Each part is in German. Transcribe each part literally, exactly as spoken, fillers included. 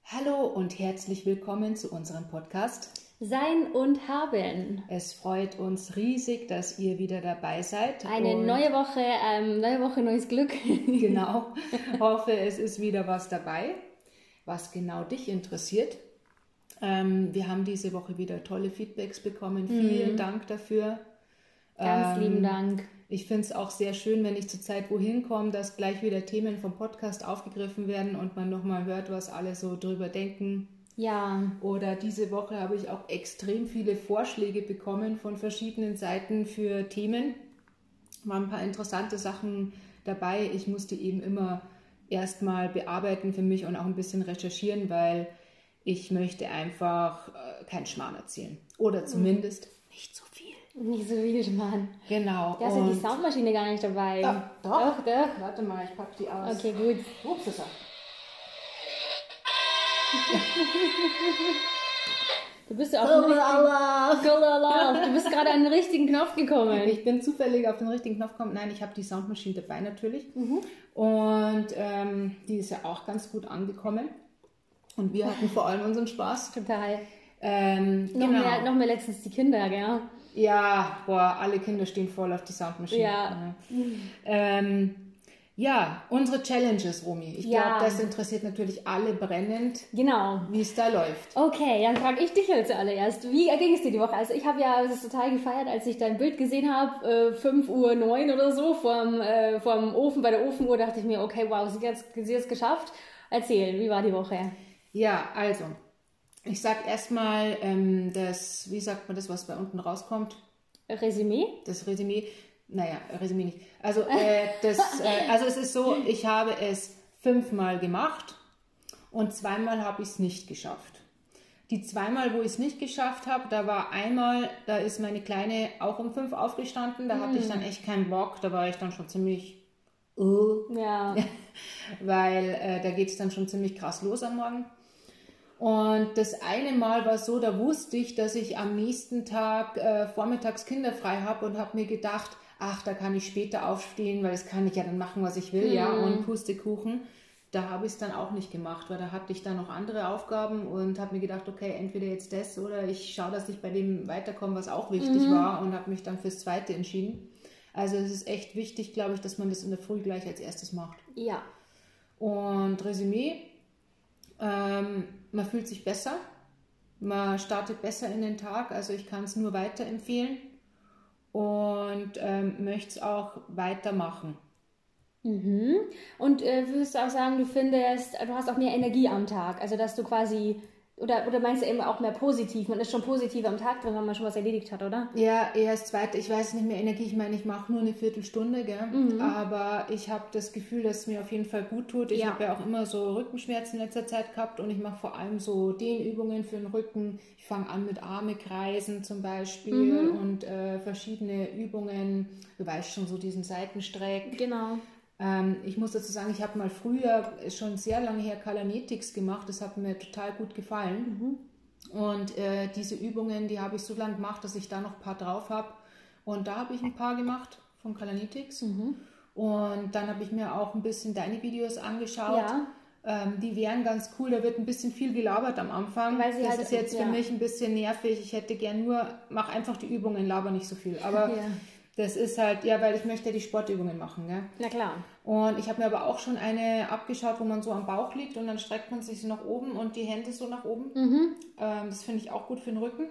Hallo und herzlich willkommen zu unserem Podcast Sein und Haben. Es freut uns riesig, dass ihr wieder dabei seid. Eine und neue Woche, ähm, neue Woche, neues Glück. Genau, hoffe, es ist wieder was dabei, was genau dich interessiert. Ähm, wir haben diese Woche wieder tolle Feedbacks bekommen. Vielen Mhm. Dank dafür. Ganz Ähm, lieben Dank. Ich finde es auch sehr schön, wenn ich zurzeit wohin komme, dass gleich wieder Themen vom Podcast aufgegriffen werden und man nochmal hört, was alle so drüber denken. Ja. Oder diese Woche habe ich auch extrem viele Vorschläge bekommen von verschiedenen Seiten für Themen. Waren ein paar interessante Sachen dabei. Ich musste eben immer erstmal bearbeiten für mich und auch ein bisschen recherchieren, weil ich möchte einfach äh, keinen Schmarrn erzählen. Oder zumindest nicht so viel. Nicht so viel, Mann. Genau. Da ist ja die und- Soundmaschine gar nicht dabei. Ja, doch. Doch, doch. Warte mal, ich pack die aus. Okay, gut. Ups, ist er. Du bist ja auf den richtigen... Du bist gerade an den richtigen Knopf gekommen. Ich bin zufällig auf den richtigen Knopf gekommen. Nein, ich habe die Soundmaschine dabei natürlich. Und ähm, die ist ja auch ganz gut angekommen. Und wir hatten vor allem unseren Spaß. Total. Ähm, Noch, genau. mehr, noch mehr letztens die Kinder, gell? Ja, boah, alle Kinder stehen voll auf die Soundmaschine. Ja. Ähm, ja, unsere Challenges, Romy. Ich Ja. glaube, das interessiert natürlich alle brennend, Genau. wie es da läuft. Okay, dann frage ich dich jetzt zuallererst. Wie ging es dir die Woche? Also ich habe ja das total gefeiert, als ich dein Bild gesehen habe, äh, fünf Uhr neun oder so, vorm, äh, vorm Ofen, bei der Ofenuhr, dachte ich mir, okay, wow, sie hat es geschafft. Erzähl, wie war die Woche? Ja, also, ich sag erstmal, ähm, das, wie sagt man das, was bei unten rauskommt? Resümee? Das Resümee, naja, Resümee nicht. Also, äh, das, äh, also es ist so, ich habe es fünfmal gemacht und zweimal habe ich es nicht geschafft. Die zweimal, wo ich es nicht geschafft habe, da war einmal, da ist meine Kleine auch um fünf aufgestanden, da hatte ich dann echt keinen Bock, da war ich dann schon ziemlich, uh, Ja. weil äh, da geht es dann schon ziemlich krass los am Morgen. Und das eine Mal war so, da wusste ich, dass ich am nächsten Tag äh, vormittags kinderfrei habe und habe mir gedacht, ach, da kann ich später aufstehen, weil das kann ich ja dann machen, was ich will, Mhm. ja, und Pustekuchen. Da habe ich es dann auch nicht gemacht, weil da hatte ich dann noch andere Aufgaben und habe mir gedacht, okay, entweder jetzt das oder ich schaue, dass ich bei dem weiterkomme, was auch wichtig war, und habe mich dann fürs Zweite entschieden. Also es ist echt wichtig, glaube ich, dass man das in der Früh gleich als erstes macht. Ja. Und Resümee, ähm, man fühlt sich besser, man startet besser in den Tag, also ich kann es nur weiterempfehlen und ähm, möchte es auch weitermachen. Mhm. Und äh, würdest du auch sagen, du findest, du hast auch mehr Energie am Tag, also dass du quasi, oder, oder meinst du eben auch mehr positiv, man ist schon positiv am Tag drin, wenn man schon was erledigt hat, oder? Ja, eher das Zweite, ich weiß nicht mehr Energie, ich meine, ich mache nur eine Viertelstunde, gell? Aber ich habe das Gefühl, dass es mir auf jeden Fall gut tut. Ich Ja. habe ja auch immer so Rückenschmerzen in letzter Zeit gehabt und ich mache vor allem so Dehnübungen für den Rücken. Ich fange an mit Arme kreisen zum Beispiel und äh, verschiedene Übungen, du weißt schon, so diesen Seitenstreck. Genau. Ähm, ich muss dazu sagen, ich habe mal früher, ist schon sehr lange her, Kalanetics gemacht. Das hat mir total gut gefallen. Und äh, diese Übungen, die habe ich so lange gemacht, dass ich da noch ein paar drauf habe. Und da habe ich ein paar gemacht von Kalanetics. Und dann habe ich mir auch ein bisschen deine Videos angeschaut. Ja. Ähm, die wären ganz cool. Da wird ein bisschen viel gelabert am Anfang. Weil sie das halt- ist jetzt für ja. mich ein bisschen nervig. Ich hätte gern nur, mach einfach die Übungen, laber nicht so viel. Aber Ja. das ist halt, ja, weil ich möchte ja die Sportübungen machen, gell? Na klar. Und ich habe mir aber auch schon eine abgeschaut, wo man so am Bauch liegt und dann streckt man sich so nach oben und die Hände so nach oben. Ähm, das finde ich auch gut für den Rücken.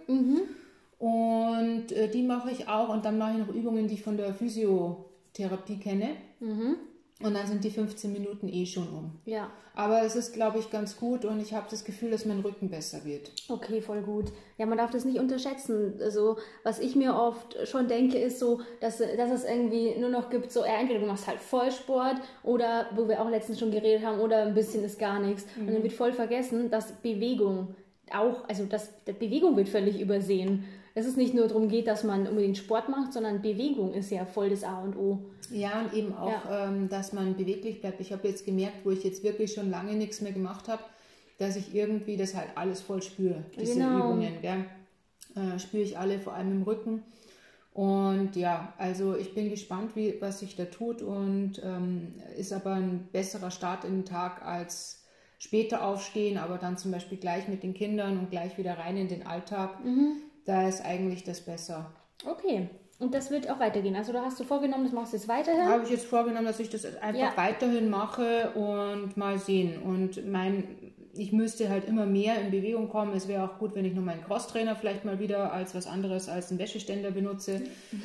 Und äh, die mache ich auch und dann mache ich noch Übungen, die ich von der Physiotherapie kenne. Und dann sind die fünfzehn Minuten eh schon um. Ja. Aber es ist, glaube ich, ganz gut und ich habe das Gefühl, dass mein Rücken besser wird. Okay, voll gut. Ja, man darf das nicht unterschätzen. Also, was ich mir oft schon denke, ist so, dass, dass es irgendwie nur noch gibt, so, äh, entweder du machst halt Vollsport oder, wo wir auch letztens schon geredet haben, oder ein bisschen ist gar nichts. Und dann wird voll vergessen, dass Bewegung auch, also dass Bewegung wird völlig übersehen. Dass es nicht nur darum geht, dass man unbedingt Sport macht, sondern Bewegung ist ja voll das A und O. Ja, und eben auch, ähm, dass man beweglich bleibt. Ich habe jetzt gemerkt, wo ich jetzt wirklich schon lange nichts mehr gemacht habe, dass ich irgendwie das halt alles voll spüre, diese Genau. Übungen. Gell? Äh, spüre ich alle, vor allem im Rücken. Und ja, also ich bin gespannt, wie, was sich da tut und ähm, ist aber ein besserer Start in den Tag als später aufstehen, aber dann zum Beispiel gleich mit den Kindern und gleich wieder rein in den Alltag. Mhm. Da ist eigentlich das besser. Okay. Und das wird auch weitergehen. Also da hast du vorgenommen, das machst du jetzt weiterhin? Habe ich jetzt vorgenommen, dass ich das einfach ja. weiterhin mache und mal sehen. Und mein, ich müsste halt immer mehr in Bewegung kommen. Es wäre auch gut, wenn ich noch meinen Crosstrainer vielleicht mal wieder als was anderes als einen Wäscheständer benutze.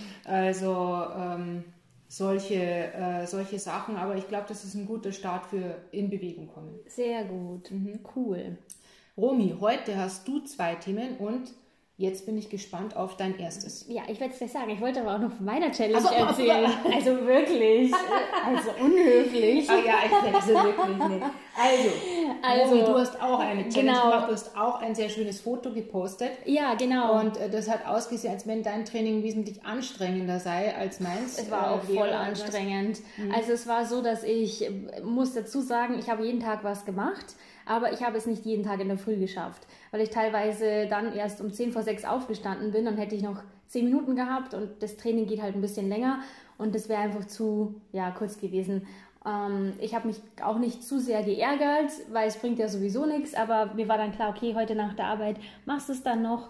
Also ähm, solche, äh, solche Sachen. Aber ich glaube, das ist ein guter Start für in Bewegung kommen. Sehr gut. Mhm. Cool. Romy, heute hast du zwei Themen und jetzt bin ich gespannt auf dein erstes. Ja, ich werde es gleich sagen. Ich wollte aber auch noch von meiner Challenge also, erzählen. Also wirklich. Also unhöflich. Ah ja, ich also wirklich nicht. Also, also Romy, du hast auch eine Challenge genau. gemacht. Du hast auch ein sehr schönes Foto gepostet. Ja, genau. Und äh, das hat ausgesehen, als wenn dein Training wesentlich anstrengender sei als meins. Es war auch äh, voll anstrengend. Mhm. Also es war so, dass ich, muss dazu sagen, ich habe jeden Tag was gemacht. Aber ich habe es nicht jeden Tag in der Früh geschafft, weil ich teilweise dann erst um zehn vor sechs aufgestanden bin. Dann hätte ich noch zehn Minuten gehabt und das Training geht halt ein bisschen länger und das wäre einfach zu ja, kurz gewesen. Ähm, ich habe mich auch nicht zu sehr geärgert, weil es bringt ja sowieso nichts, aber mir war dann klar, okay, heute nach der Arbeit machst du es dann noch.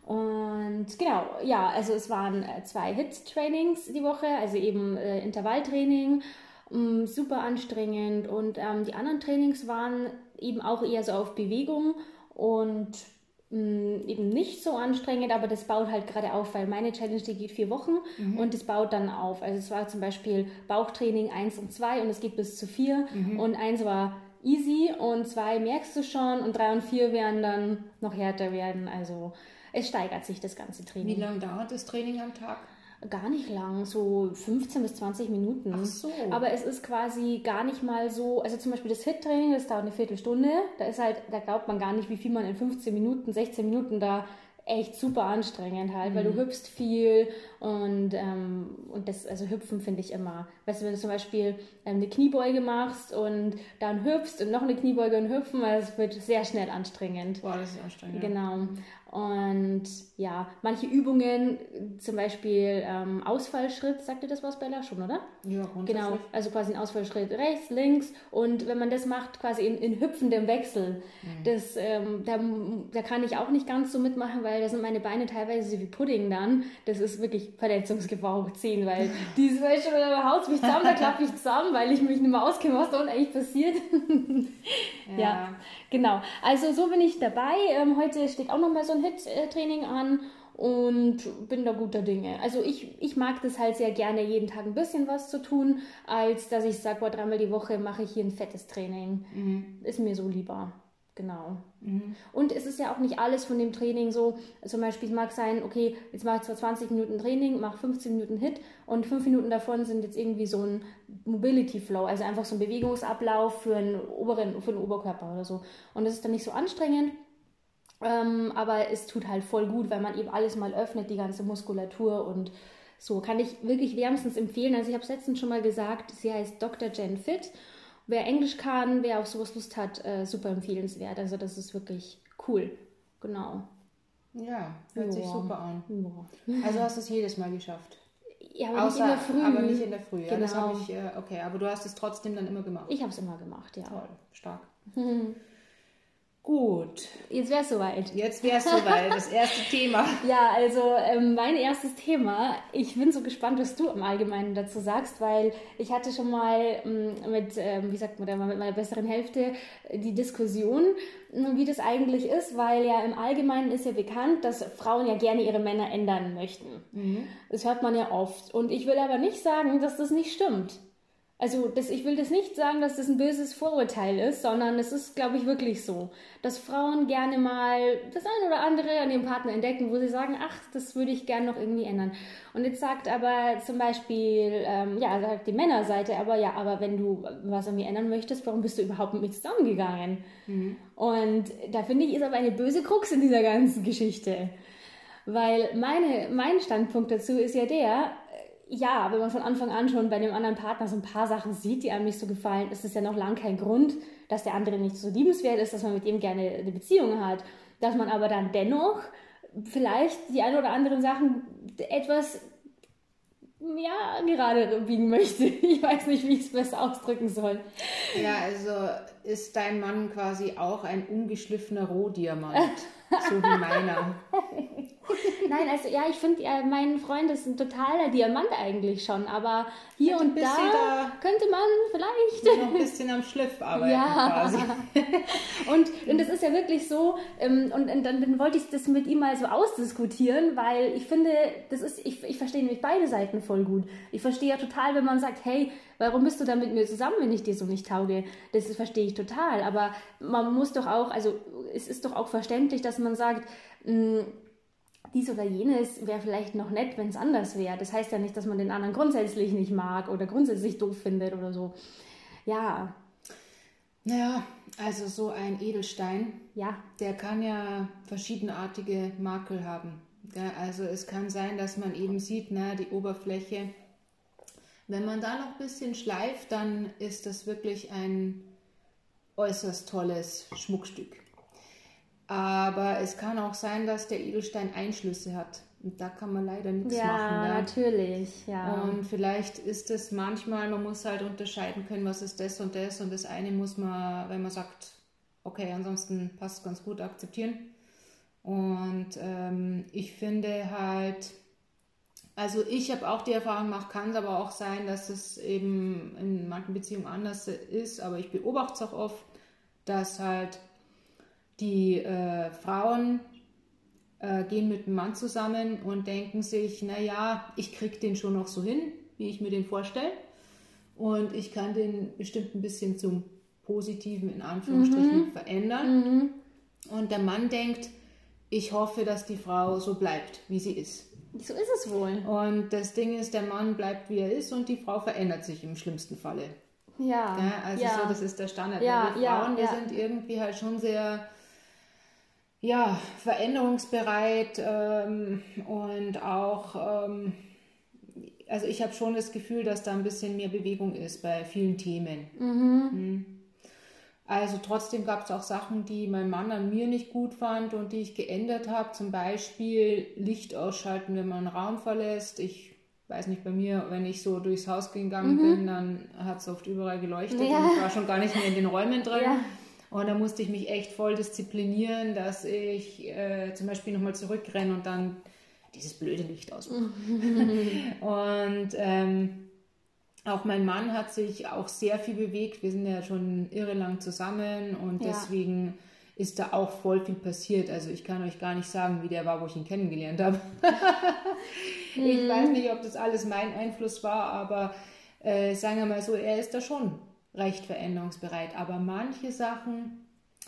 Und genau, ja, also es waren zwei H I I T-Trainings die Woche, also eben äh, Intervalltraining, mh, super anstrengend und ähm, die anderen Trainings waren eben auch eher so auf Bewegung und mh, eben nicht so anstrengend, aber das baut halt gerade auf, weil meine Challenge, die geht vier Wochen mhm. und das baut dann auf. Also es war zum Beispiel Bauchtraining eins und zwei und es geht bis zu vier mhm. und eins war easy und zwei merkst du schon und drei und vier werden dann noch härter werden. Also es steigert sich das ganze Training. Wie lange dauert das Training am Tag? Gar nicht lang, so fünfzehn bis zwanzig Minuten. Ach so. Aber es ist quasi gar nicht mal so, also zum Beispiel das H I I T-Training, das dauert eine Viertelstunde. Da ist halt, da glaubt man gar nicht, wie viel man in fünfzehn Minuten, sechzehn Minuten da echt super anstrengend halt, mhm. weil du hüpfst viel und, ähm, und das, also hüpfen finde ich immer. Weißt du, wenn du zum Beispiel ähm, eine Kniebeuge machst und dann hüpfst und noch eine Kniebeuge und hüpfen, weil es wird sehr schnell anstrengend. Boah, das ist anstrengend. Genau. Und ja, manche Übungen, zum Beispiel ähm, Ausfallschritt, sagt dir das was, Bella? Schon, oder? Ja, grundsätzlich. Genau, also quasi ein Ausfallschritt rechts, links und wenn man das macht, quasi in, in hüpfendem Wechsel, mhm. das, ähm, da, da kann ich auch nicht ganz so mitmachen, weil da sind meine Beine teilweise wie Pudding dann. Das ist wirklich Verletzungsgefahr hoch zehn, weil dieses Beispiel, da haut mich zusammen, da klappe ich zusammen, weil ich mich nicht mehr auskenne, was da unten eigentlich passiert. ja. ja, genau. Also so bin ich dabei. Ähm, heute steht auch nochmal so ein H I I T-Training an und bin da guter Dinge. Also ich, ich mag das halt sehr gerne, jeden Tag ein bisschen was zu tun, als dass ich sage, boah, dreimal die Woche mache ich hier ein fettes Training. Mhm. Ist mir so lieber. Genau. Mhm. Und es ist ja auch nicht alles von dem Training so, zum Beispiel es mag sein, okay, jetzt mache ich zwar zwanzig Minuten Training, mache fünfzehn Minuten H I I T und fünf Minuten davon sind jetzt irgendwie so ein Mobility Flow, also einfach so ein Bewegungsablauf für einen oberen, für den Oberkörper oder so. Und das ist dann nicht so anstrengend, ähm, aber es tut halt voll gut, weil man eben alles mal öffnet, die ganze Muskulatur und so. Kann ich wirklich wärmstens empfehlen. Also ich habe es letztens schon mal gesagt, sie heißt Doktor Jen Fit. Wer Englisch kann, wer auf sowas Lust hat, äh, super empfehlenswert. Also das ist wirklich cool. Genau. Ja, hört ja. sich super an. Ja. Also hast du es jedes Mal geschafft? Ja, aber Außer, nicht in der Früh. Aber nicht in der Früh, ja. Genau. Das habe ich, äh, okay, aber du hast es trotzdem dann immer gemacht? Ich habe es immer gemacht, ja. Toll, stark. Gut. Jetzt wäre es soweit. Jetzt wäre es soweit, das erste Thema. Ja, also ähm, mein erstes Thema, ich bin so gespannt, was du im Allgemeinen dazu sagst, weil ich hatte schon mal ähm, mit, ähm, wie sagt man da, mit meiner besseren Hälfte die Diskussion, wie das eigentlich ist, weil ja im Allgemeinen ist ja bekannt, dass Frauen ja gerne ihre Männer ändern möchten. Mhm. Das hört man ja oft. Und ich will aber nicht sagen, dass das nicht stimmt. Also das, ich will das nicht sagen, dass das ein böses Vorurteil ist, sondern es ist, glaube ich, wirklich so, dass Frauen gerne mal das eine oder andere an ihrem Partner entdecken, wo sie sagen, ach, das würde ich gerne noch irgendwie ändern. Und jetzt sagt aber zum Beispiel, ähm, ja, sagt die Männerseite, aber ja, aber wenn du was an mir ändern möchtest, warum bist du überhaupt mit mir zusammengegangen? Mhm. Und da finde ich, ist aber eine böse Krux in dieser ganzen Geschichte. Weil meine, mein Standpunkt dazu ist ja der, ja, wenn man von Anfang an schon bei dem anderen Partner so ein paar Sachen sieht, die einem nicht so gefallen, ist es ja noch lange kein Grund, dass der andere nicht so liebenswert ist, dass man mit ihm gerne eine Beziehung hat. Dass man aber dann dennoch vielleicht die ein oder anderen Sachen etwas ja, gerade biegen möchte. Ich weiß nicht, wie ich es besser ausdrücken soll. Ja, also ist dein Mann quasi auch ein ungeschliffener Rohdiamant, so wie meiner. Nein, also ja, ich finde, ja, mein Freund ist ein totaler Diamant eigentlich schon, aber hier Könnte ein und da, bisschen da könnte man vielleicht... noch ein bisschen am Schliff arbeiten Ja, quasi. und, und das ist ja wirklich so, ähm, und, und dann, dann wollte ich das mit ihm mal so ausdiskutieren, weil ich finde, das ist, ich, ich verstehe nämlich beide Seiten voll gut. Ich verstehe ja total, wenn man sagt, hey, warum bist du da mit mir zusammen, wenn ich dir so nicht tauge? Das ist, verstehe ich total, aber man muss doch auch, also es ist doch auch verständlich, dass man sagt, mh, dies oder jenes wäre vielleicht noch nett, wenn es anders wäre. Das heißt ja nicht, dass man den anderen grundsätzlich nicht mag oder grundsätzlich doof findet oder so. Ja, Naja, also so ein Edelstein, ja, der kann ja verschiedenartige Makel haben. Gell? Also es kann sein, dass man eben sieht, na, die Oberfläche. Wenn man da noch ein bisschen schleift, dann ist das wirklich ein äußerst tolles Schmuckstück. Aber es kann auch sein, dass der Edelstein Einschlüsse hat. Und da kann man leider nichts ja, machen. Ja, natürlich, ja. Und vielleicht ist es manchmal, man muss halt unterscheiden können, was ist das und das. Und das eine muss man, wenn man sagt, okay, ansonsten passt ganz gut, akzeptieren. Und ähm, ich finde halt, also ich habe auch die Erfahrung gemacht, kann es aber auch sein, dass es eben in manchen Beziehungen anders ist. Aber ich beobachte es auch oft, dass halt die äh, Frauen äh, gehen mit einem Mann zusammen und denken sich, naja, ich kriege den schon noch so hin, wie ich mir den vorstelle. Und ich kann den bestimmt ein bisschen zum Positiven in Anführungsstrichen mhm. verändern. Mhm. Und der Mann denkt, ich hoffe, dass die Frau so bleibt, wie sie ist. So ist es wohl. Und das Ding ist, der Mann bleibt, wie er ist und die Frau verändert sich im schlimmsten Falle. Ja. Ja, also ja. so, das ist der Standard. Ja, wir ja, Frauen, wir ja. sind irgendwie halt schon sehr ja, veränderungsbereit ähm, und auch, ähm, also ich habe schon das Gefühl, dass da ein bisschen mehr Bewegung ist bei vielen Themen. Mhm. Also trotzdem gab es auch Sachen, die mein Mann an mir nicht gut fand und die ich geändert habe. Zum Beispiel Licht ausschalten, wenn man einen Raum verlässt. Ich weiß nicht, bei mir, wenn ich so durchs Haus gegangen mhm. bin, dann hat es oft überall geleuchtet ja. und ich war schon gar nicht mehr in den Räumen drin. Ja. Und da musste ich mich echt voll disziplinieren, dass ich äh, zum Beispiel nochmal zurückrenne und dann dieses blöde Licht ausmache. Und ähm, auch mein Mann hat sich auch sehr viel bewegt. Wir sind ja schon irre lang zusammen und ja. deswegen ist da auch voll viel passiert. Also ich kann euch gar nicht sagen, wie der war, wo ich ihn kennengelernt habe. Ich mhm. weiß nicht, ob das alles mein Einfluss war, aber äh, sagen wir mal so, er ist da schon recht veränderungsbereit. Aber manche Sachen,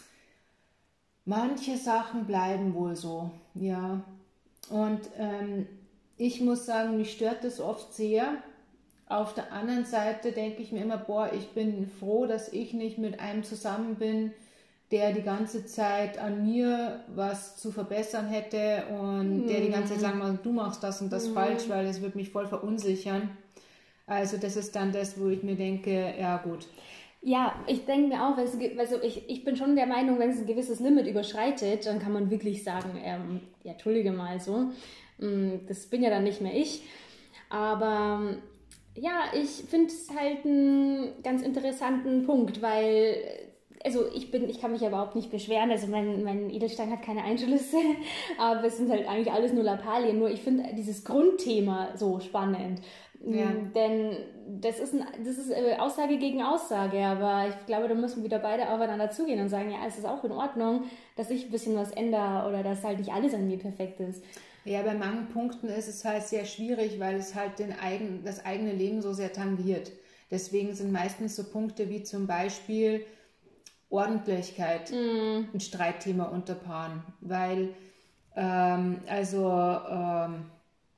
manche Sachen bleiben wohl so, ja. Und ähm, ich muss sagen, mich stört das oft sehr. Auf der anderen Seite denke ich mir immer, boah, ich bin froh, dass ich nicht mit einem zusammen bin, der die ganze Zeit an mir was zu verbessern hätte und mm. der die ganze Zeit sagen muss, du machst das und das mm. falsch, weil das wird mich voll verunsichern. Also das ist dann das, wo ich mir denke, ja gut. Ja, ich denke mir auch, also ich, ich bin schon der Meinung, wenn es ein gewisses Limit überschreitet, dann kann man wirklich sagen, ähm, ja, entschuldige mal so, das bin ja dann nicht mehr ich. Aber ja, ich finde es halt einen ganz interessanten Punkt, weil, also ich bin, ich kann mich ja überhaupt nicht beschweren, also mein, mein Edelstein hat keine Einschlüsse, aber es sind halt eigentlich alles nur Lappalien, nur ich finde dieses Grundthema so spannend. Ja. Denn das ist, ein, das ist Aussage gegen Aussage, aber ich glaube, da müssen wieder beide aufeinander zugehen und sagen, ja, es ist auch in Ordnung, dass ich ein bisschen was ändere oder dass halt nicht alles an mir perfekt ist. Ja, bei manchen Punkten ist es halt sehr schwierig, weil es halt den eigen, das eigene Leben so sehr tangiert. Deswegen sind meistens so Punkte wie zum Beispiel Ordentlichkeit mm. ein Streitthema unter Paaren, weil ähm, also ähm,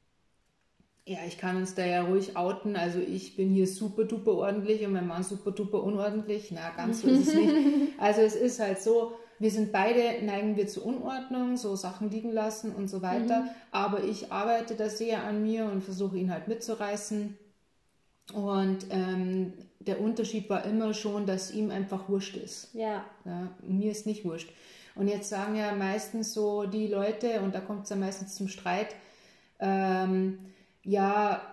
ja, ich kann uns da ja ruhig outen. Also ich bin hier super duper ordentlich und mein Mann super duper unordentlich. Na, ganz so ist es nicht. Also es ist halt so, wir sind beide, neigen wir zu Unordnung, so Sachen liegen lassen und so weiter. Mhm. Aber ich arbeite da sehr an mir und versuche ihn halt mitzureißen. Und ähm, der Unterschied war immer schon, dass ihm einfach wurscht ist. Ja. Ja, mir ist nicht wurscht. Und jetzt sagen ja meistens so die Leute, und da kommt es ja meistens zum Streit, ähm, ja,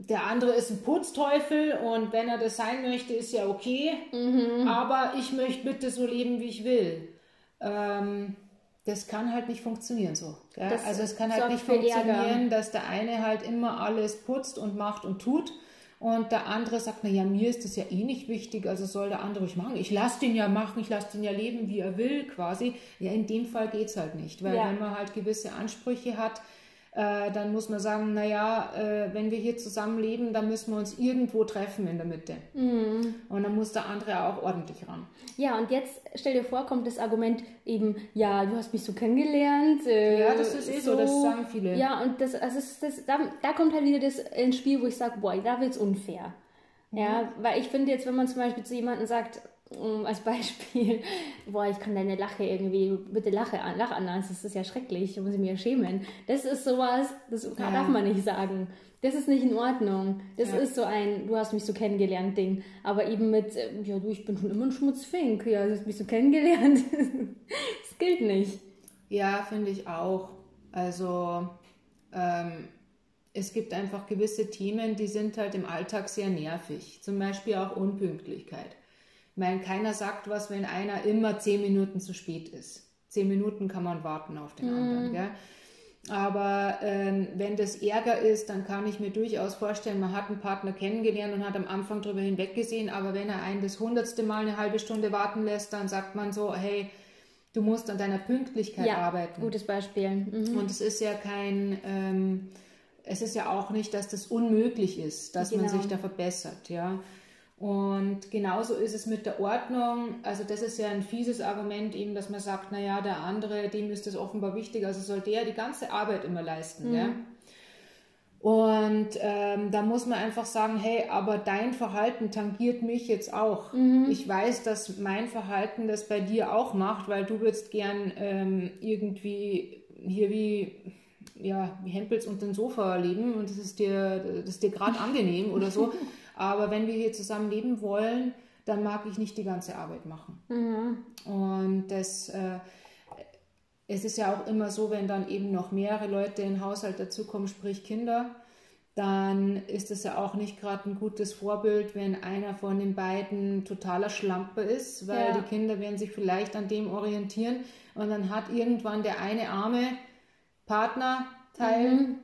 der andere ist ein Putzteufel und wenn er das sein möchte, ist ja okay, mhm. aber ich möchte bitte so leben, wie ich will. Ähm, das kann halt nicht funktionieren so. Gell? Also es kann halt nicht funktionieren, dass der eine halt immer alles putzt und macht und tut und der andere sagt, naja, mir ist das ja eh nicht wichtig, also soll der andere ruhig machen. Ich lasse den ja machen, ich lasse den ja leben, wie er will quasi. Ja, in dem Fall geht es halt nicht, weil ja. wenn man halt gewisse Ansprüche hat, äh, dann muss man sagen, naja, äh, wenn wir hier zusammen leben, dann müssen wir uns irgendwo treffen in der Mitte. Mhm. Und dann muss der andere auch ordentlich ran. Ja, und jetzt stell dir vor, kommt das Argument eben, ja, du hast mich so kennengelernt. Äh, ja, das ist eh so, so, das sagen viele. Ja, und das, also das, das, da, da kommt halt wieder das ins Spiel, wo ich sage, boah, da wird's unfair. Mhm. Ja, weil ich finde jetzt, wenn man zum Beispiel zu jemandem sagt, um, als Beispiel, boah, ich kann deine Lache irgendwie, bitte lache an, lach anders, das ist ja schrecklich, da muss ich mich ja schämen. Das ist sowas, das ja. darf man nicht sagen. Das ist nicht in Ordnung. Das ja. ist so ein, du hast mich so kennengelernt Ding. Aber eben mit, ja du, ich bin schon immer ein Schmutzfink, ja, du hast mich so kennengelernt. Das gilt nicht. Ja, finde ich auch. Also, ähm, es gibt einfach gewisse Themen, die sind halt im Alltag sehr nervig. Zum Beispiel auch Unpünktlichkeit. Ich meine, keiner sagt was, wenn einer immer zehn Minuten zu spät ist. Zehn Minuten kann man warten auf den mm. anderen, gell? Aber ähm, wenn das Ärger ist, dann kann ich mir durchaus vorstellen, man hat einen Partner kennengelernt und hat am Anfang drüber hinweggesehen, aber wenn er einen das hundertste Mal eine halbe Stunde warten lässt, dann sagt man so, hey, du musst an deiner Pünktlichkeit ja, arbeiten. Gutes Beispiel. Mhm. Und es ist ja kein, ähm, es ist ja auch nicht, dass das unmöglich ist, dass genau. man sich da verbessert, ja. Und genauso ist es mit der Ordnung, also das ist ja ein fieses Argument eben, dass man sagt, naja, der andere, dem ist das offenbar wichtig, also soll der die ganze Arbeit immer leisten. Mhm. Ja? Und ähm, da muss man einfach sagen, hey, aber dein Verhalten tangiert mich jetzt auch. Mhm. Ich weiß, dass mein Verhalten das bei dir auch macht, weil du würdest gern ähm, irgendwie hier wie... ja, wie Hempels unter dem Sofa leben und das ist dir, das ist dir gerade angenehm oder so. Aber wenn wir hier zusammen leben wollen, dann mag ich nicht die ganze Arbeit machen. Mhm. Und das, äh, es ist ja auch immer so, wenn dann eben noch mehrere Leute in den Haushalt dazukommen, sprich Kinder, dann ist es ja auch nicht gerade ein gutes Vorbild, wenn einer von den beiden totaler Schlampe ist, weil ja. die Kinder werden sich vielleicht an dem orientieren und dann hat irgendwann der eine arme Partnerteil mhm.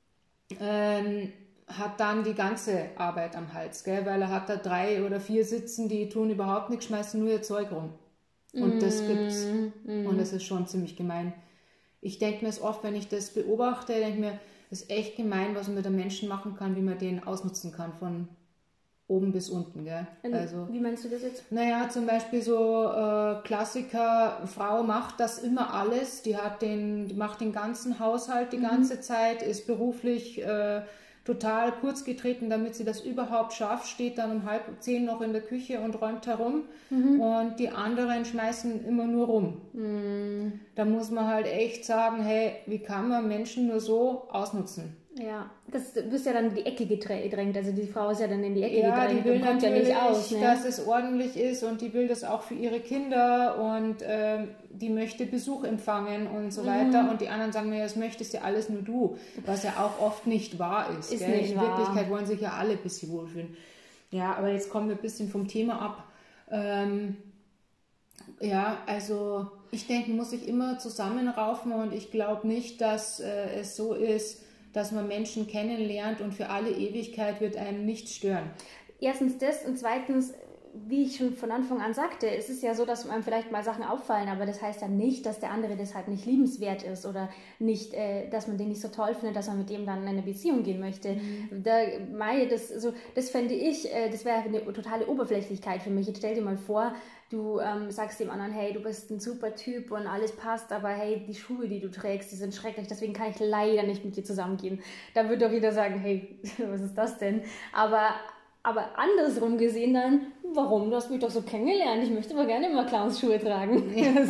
ähm, hat dann die ganze Arbeit am Hals, gell? Weil er hat da drei oder vier sitzen, die tun überhaupt nichts, schmeißen nur ihr Zeug rum. Und mm. das gibt's. Mm. Und das ist schon ziemlich gemein. Ich denke mir es oft, wenn ich das beobachte, denke ich mir, das ist echt gemein, was man mit einem Menschen machen kann, wie man den ausnutzen kann von oben bis unten. Gell? Also, wie meinst du das jetzt? Naja, zum Beispiel so äh, Klassiker, Frau macht das immer alles, die hat den, die macht den ganzen Haushalt die mhm. ganze Zeit, ist beruflich äh, total kurz getreten, damit sie das überhaupt schafft, steht dann um halb zehn noch in der Küche und räumt herum mhm. und die anderen schmeißen immer nur rum. Mhm. Da muss man halt echt sagen, hey, wie kann man Menschen nur so ausnutzen? Ja, das bist ja dann in die Ecke gedrängt, also die Frau ist ja dann in die Ecke ja, gedrängt die will und kommt ja nicht aus. Ne? Dass es ordentlich ist und die will das auch für ihre Kinder und äh, die möchte Besuch empfangen und so mhm. weiter und die anderen sagen, naja, das möchtest ja alles nur du, was ja auch oft nicht wahr ist. Ist gell? nicht in wahr. Wirklichkeit wollen sich ja alle ein bisschen wohlfühlen. Ja, aber jetzt kommen wir ein bisschen vom Thema ab. Ähm, ja, also ich denke, man muss sich immer zusammenraufen und ich glaube nicht, dass äh, es so ist, dass man Menschen kennenlernt und für alle Ewigkeit wird einem nichts stören. Erstens das und zweitens, wie ich schon von Anfang an sagte, es ist ja so, dass einem vielleicht mal Sachen auffallen, aber das heißt ja nicht, dass der andere deshalb nicht liebenswert ist oder nicht, äh, dass man den nicht so toll findet, dass man mit dem dann in eine Beziehung gehen möchte. Mhm. Da, Mai, das, so, das fände ich, äh, das wäre eine totale Oberflächlichkeit für mich. Jetzt stell dir mal vor, du ähm, sagst dem anderen, hey, du bist ein super Typ und alles passt, aber hey, die Schuhe, die du trägst, die sind schrecklich, deswegen kann ich leider nicht mit dir zusammengehen. Da wird doch jeder sagen, hey, was ist das denn? Aber, aber andersrum gesehen dann, warum? Du hast mich doch so kennengelernt, ich möchte aber gerne immer Clownsschuhe tragen.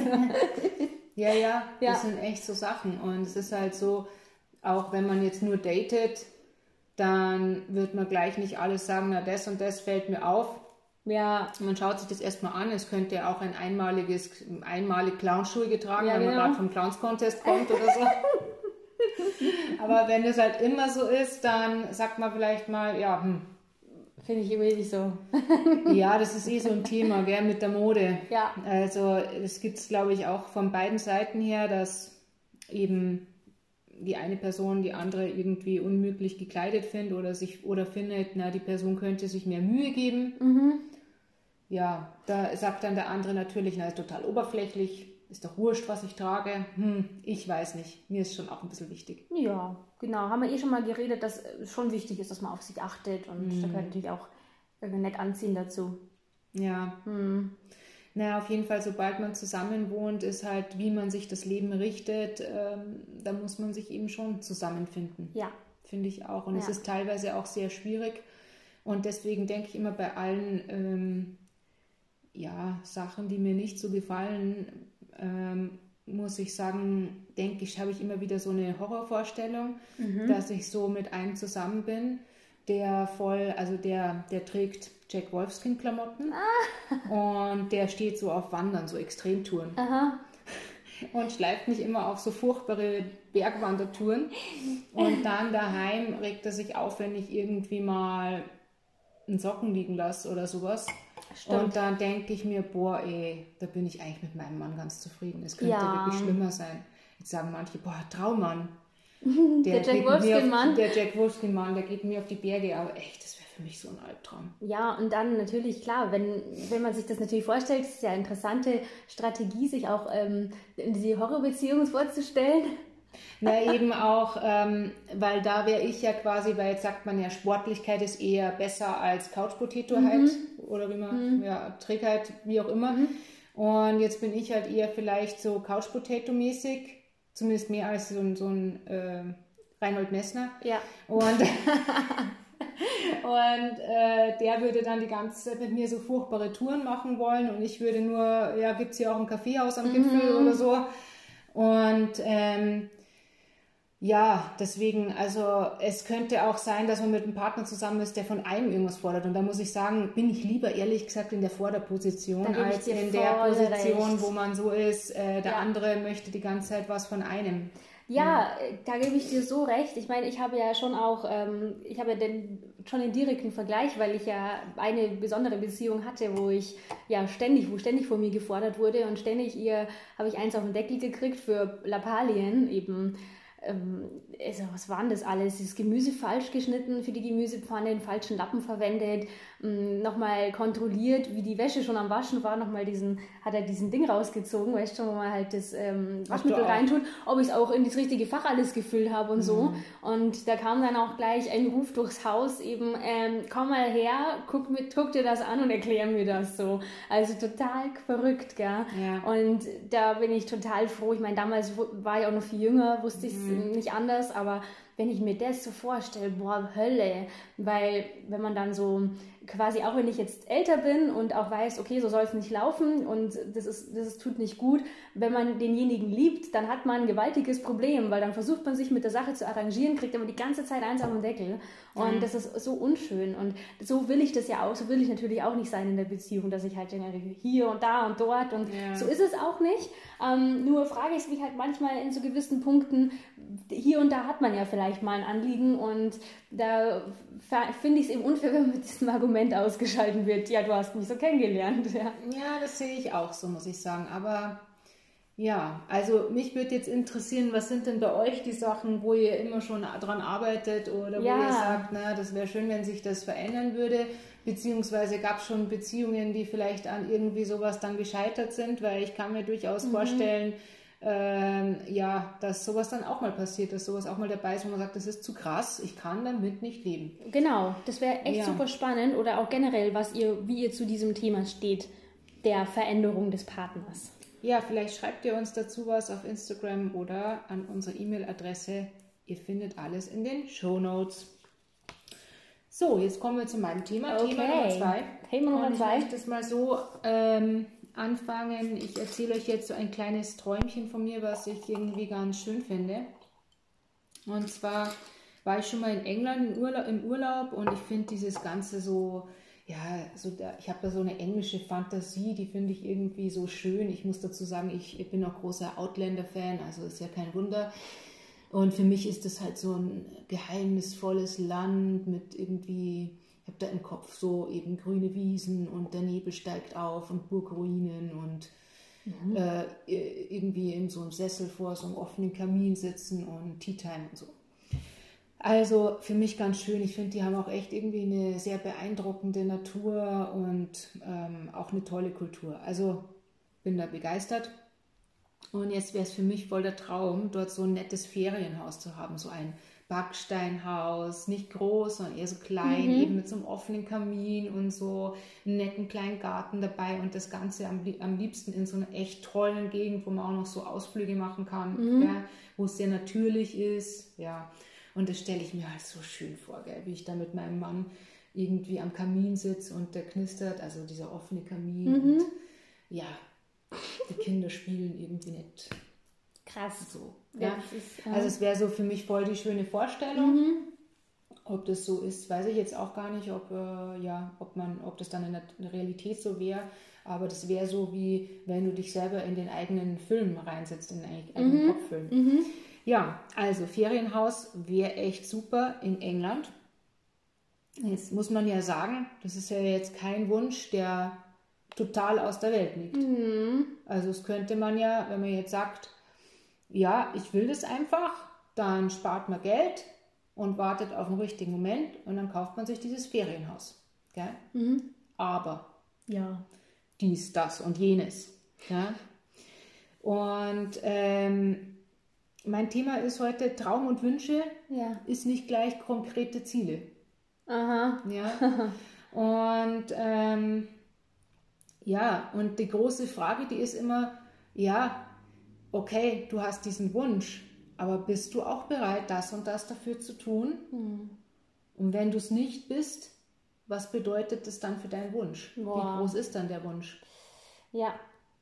ja, ja, ja, das sind echt so Sachen und es ist halt so, auch wenn man jetzt nur datet, dann wird man gleich nicht alles sagen, na das und das fällt mir auf. Ja, man schaut sich das erstmal an. Es könnte ja auch ein einmaliges, einmalig Clownschuhe getragen, ja, wenn genau. man gerade vom Clowns Contest kommt oder so. Aber wenn das halt immer so ist, dann sagt man vielleicht mal, ja, hm. Finde ich irgendwie nicht so. Ja, das ist eh so ein Thema, gell, mit der Mode. Ja. Also es gibt es, glaube ich, auch von beiden Seiten her, dass eben die eine Person die andere irgendwie unmöglich gekleidet findet oder sich oder findet, na, die Person könnte sich mehr Mühe geben. Mhm. Ja, da sagt dann der andere natürlich, na, ist total oberflächlich, ist doch wurscht, was ich trage. Hm, ich weiß nicht. Mir ist schon auch ein bisschen wichtig. Ja, genau. Haben wir eh schon mal geredet, dass es schon wichtig ist, dass man auf sich achtet. Und Mhm. da gehört natürlich auch äh, nett anziehen dazu. Ja. Mhm. Naja, auf jeden Fall, sobald man zusammen wohnt, ist halt, wie man sich das Leben richtet, ähm, da muss man sich eben schon zusammenfinden. Ja. Finde ich auch. Und Ja. es ist teilweise auch sehr schwierig. Und deswegen denke ich immer bei allen ähm, ja, Sachen, die mir nicht so gefallen, ähm, muss ich sagen, denke ich, habe ich immer wieder so eine Horrorvorstellung, Mhm. dass ich so mit einem zusammen bin, der voll, also der, der trägt Jack Wolfskin-Klamotten Ah. und der steht so auf Wandern, so Extremtouren Aha. und schleift mich immer auf so furchtbare Bergwandertouren und dann daheim regt er sich auf, wenn ich irgendwie mal einen Socken liegen lasse oder sowas. Stimmt. Und dann denke ich mir, boah, ey, da bin ich eigentlich mit meinem Mann ganz zufrieden. Es könnte Ja. wirklich schlimmer sein. Jetzt sagen manche, boah, Traummann. Der Jack geht mir auf- Wolfskin-Mann. Der Jack Wolfskin-Mann, der geht mir auf die Berge, aber echt, das wäre für mich so ein Albtraum. Ja, und dann natürlich, klar, wenn, wenn man sich das natürlich vorstellt, ist es ja eine interessante Strategie, sich auch ähm, in diese Horrorbeziehung vorzustellen. Na, eben auch, ähm, weil da wäre ich ja quasi, weil jetzt sagt man ja, Sportlichkeit ist eher besser als Couch Potato halt, oder wie man, ja, Trägheit, wie auch immer. Und jetzt bin ich halt eher vielleicht so Couch Potato mäßig, zumindest mehr als so ein, so ein äh, Reinhold Messner. Ja. Und, und äh, der würde dann die ganze Zeit mit mir so furchtbare Touren machen wollen und ich würde nur, ja, gibt es hier auch ein Kaffeehaus am Gipfel oder so. Und ähm, ja, deswegen, also es könnte auch sein, dass man mit einem Partner zusammen ist, der von einem irgendwas fordert. Und da muss ich sagen, bin ich lieber ehrlich gesagt in der Vorderposition Da gebe ich als dir in der voll Position, recht. wo man so ist, äh, der Ja. andere möchte die ganze Zeit was von einem. Ja, äh, da gebe ich dir so recht. Ich meine, ich habe ja schon auch, ähm, ich habe ja den, schon den direkten Vergleich, weil ich ja eine besondere Beziehung hatte, wo ich ja ständig, wo ständig von mir gefordert wurde und ständig ihr, habe ich eins auf den Deckel gekriegt für Lappalien eben. Ähm, also was waren das alles? Das Gemüse falsch geschnitten für die Gemüsepfanne, den falschen Lappen verwendet, ähm, nochmal kontrolliert, wie die Wäsche schon am Waschen war, nochmal diesen, hat er diesen Ding rausgezogen, weißt du, wo man halt das ähm, Waschmittel auch. reintut, ob ich es auch in das richtige Fach alles gefüllt habe und so. Und da kam dann auch gleich ein Ruf durchs Haus, eben, ähm, komm mal her, guck, mit, guck dir das an und erklär mir das so. Also total verrückt, gell? Ja. Und da bin ich total froh. Ich meine, damals war ich auch noch viel jünger, wusste ich es nicht anders, aber wenn ich mir das so vorstelle, boah, Hölle, weil wenn man dann so quasi, auch wenn ich jetzt älter bin und auch weiß, okay, so soll es nicht laufen und das ist, das ist, tut nicht gut, wenn man denjenigen liebt, dann hat man ein gewaltiges Problem, weil dann versucht man sich mit der Sache zu arrangieren, kriegt aber die ganze Zeit eins auf den Deckel und Mhm. das ist so unschön und so will ich das ja auch, so will ich natürlich auch nicht sein in der Beziehung, dass ich halt hier und da und dort und Ja. so ist es auch nicht, ähm, nur frage ich mich halt manchmal in so gewissen Punkten, hier und da hat man ja vielleicht mal ein Anliegen und da finde ich es eben unfair, wenn man mit diesem Argument ausgeschalten wird. Ja, du hast mich so kennengelernt. Ja, Ja, das sehe ich auch so, muss ich sagen. Aber ja, also mich würde jetzt interessieren, was sind denn bei euch die Sachen, wo ihr immer schon dran arbeitet oder wo Ja. ihr sagt, na, das wäre schön, wenn sich das verändern würde, beziehungsweise gab es schon Beziehungen, die vielleicht an irgendwie sowas dann gescheitert sind, weil ich kann mir durchaus vorstellen, ähm, ja, dass sowas dann auch mal passiert, dass sowas auch mal dabei ist, wo man sagt, das ist zu krass, ich kann damit nicht leben. genau. Das wäre echt Ja. super spannend oder auch generell, was ihr, wie ihr zu diesem Thema steht, der Veränderung des Partners. Ja, vielleicht schreibt ihr uns dazu was auf Instagram oder an unsere E-Mail-Adresse. Ihr findet alles in den Shownotes. So, jetzt kommen wir zu meinem Thema. Okay. Thema Nummer zwei. Thema Nummer Und zwei. ich möchte das mal so ähm, anfangen. Ich erzähle euch jetzt so ein kleines Träumchen von mir, was ich irgendwie ganz schön finde. Und zwar war ich schon mal in England im Urlaub, im Urlaub und ich finde dieses Ganze so, ja, so da, ich habe da so eine englische Fantasie, die finde ich irgendwie so schön. Ich muss dazu sagen, ich, ich bin auch großer Outlander-Fan, also ist ja kein Wunder. Und für mich ist das halt so ein geheimnisvolles Land mit irgendwie, ich habe da im Kopf so eben grüne Wiesen und der Nebel steigt auf und Burgruinen und mhm. äh, irgendwie in so einem Sessel vor so einem offenen Kamin sitzen und Tea Time und so. Also für mich ganz schön. Ich finde, die haben auch echt irgendwie eine sehr beeindruckende Natur und ähm, auch eine tolle Kultur. Also bin da begeistert. Und jetzt wäre es für mich voll der Traum, dort so ein nettes Ferienhaus zu haben. So ein Backsteinhaus, nicht groß, sondern eher so klein, mhm. eben mit so einem offenen Kamin und so einen netten kleinen Garten dabei. Und das Ganze am, am liebsten in so einer echt tollen Gegend, wo man auch noch so Ausflüge machen kann, mhm. ja, wo es sehr natürlich ist, ja. Und das stelle ich mir halt so schön vor, gell? Wie ich da mit meinem Mann irgendwie am Kamin sitze und der knistert, also dieser offene Kamin. Mhm. Und ja, die Kinder spielen irgendwie nicht. Krass. So. Ja? Ist, ja. Also es wäre so für mich voll die schöne Vorstellung. Mhm. Ob das so ist, weiß ich jetzt auch gar nicht, ob, äh, ja, ob, man, ob das dann in der Realität so wäre. Aber das wäre so, wie wenn du dich selber in den eigenen Film reinsetzt, in den eigenen mhm. Kopffilm. Mhm. Ja, also Ferienhaus wäre echt super in England. Jetzt muss man ja sagen, das ist ja jetzt kein Wunsch, der total aus der Welt liegt. Mhm. Also das könnte man ja, wenn man jetzt sagt, ja, ich will das einfach, dann spart man Geld und wartet auf den richtigen Moment und dann kauft man sich dieses Ferienhaus. Gell? Mhm. Aber ja. dies, das und jenes. Ja? Und ähm, mein Thema ist heute Traum und Wünsche, ja. ist nicht gleich konkrete Ziele. Aha. Ja. Und ähm, ja, und die große Frage, die ist immer, ja, okay, du hast diesen Wunsch, aber bist du auch bereit, das und das dafür zu tun? Hm. Und wenn du es nicht bist, was bedeutet das dann für deinen Wunsch? Boah. Wie groß ist dann der Wunsch? Ja,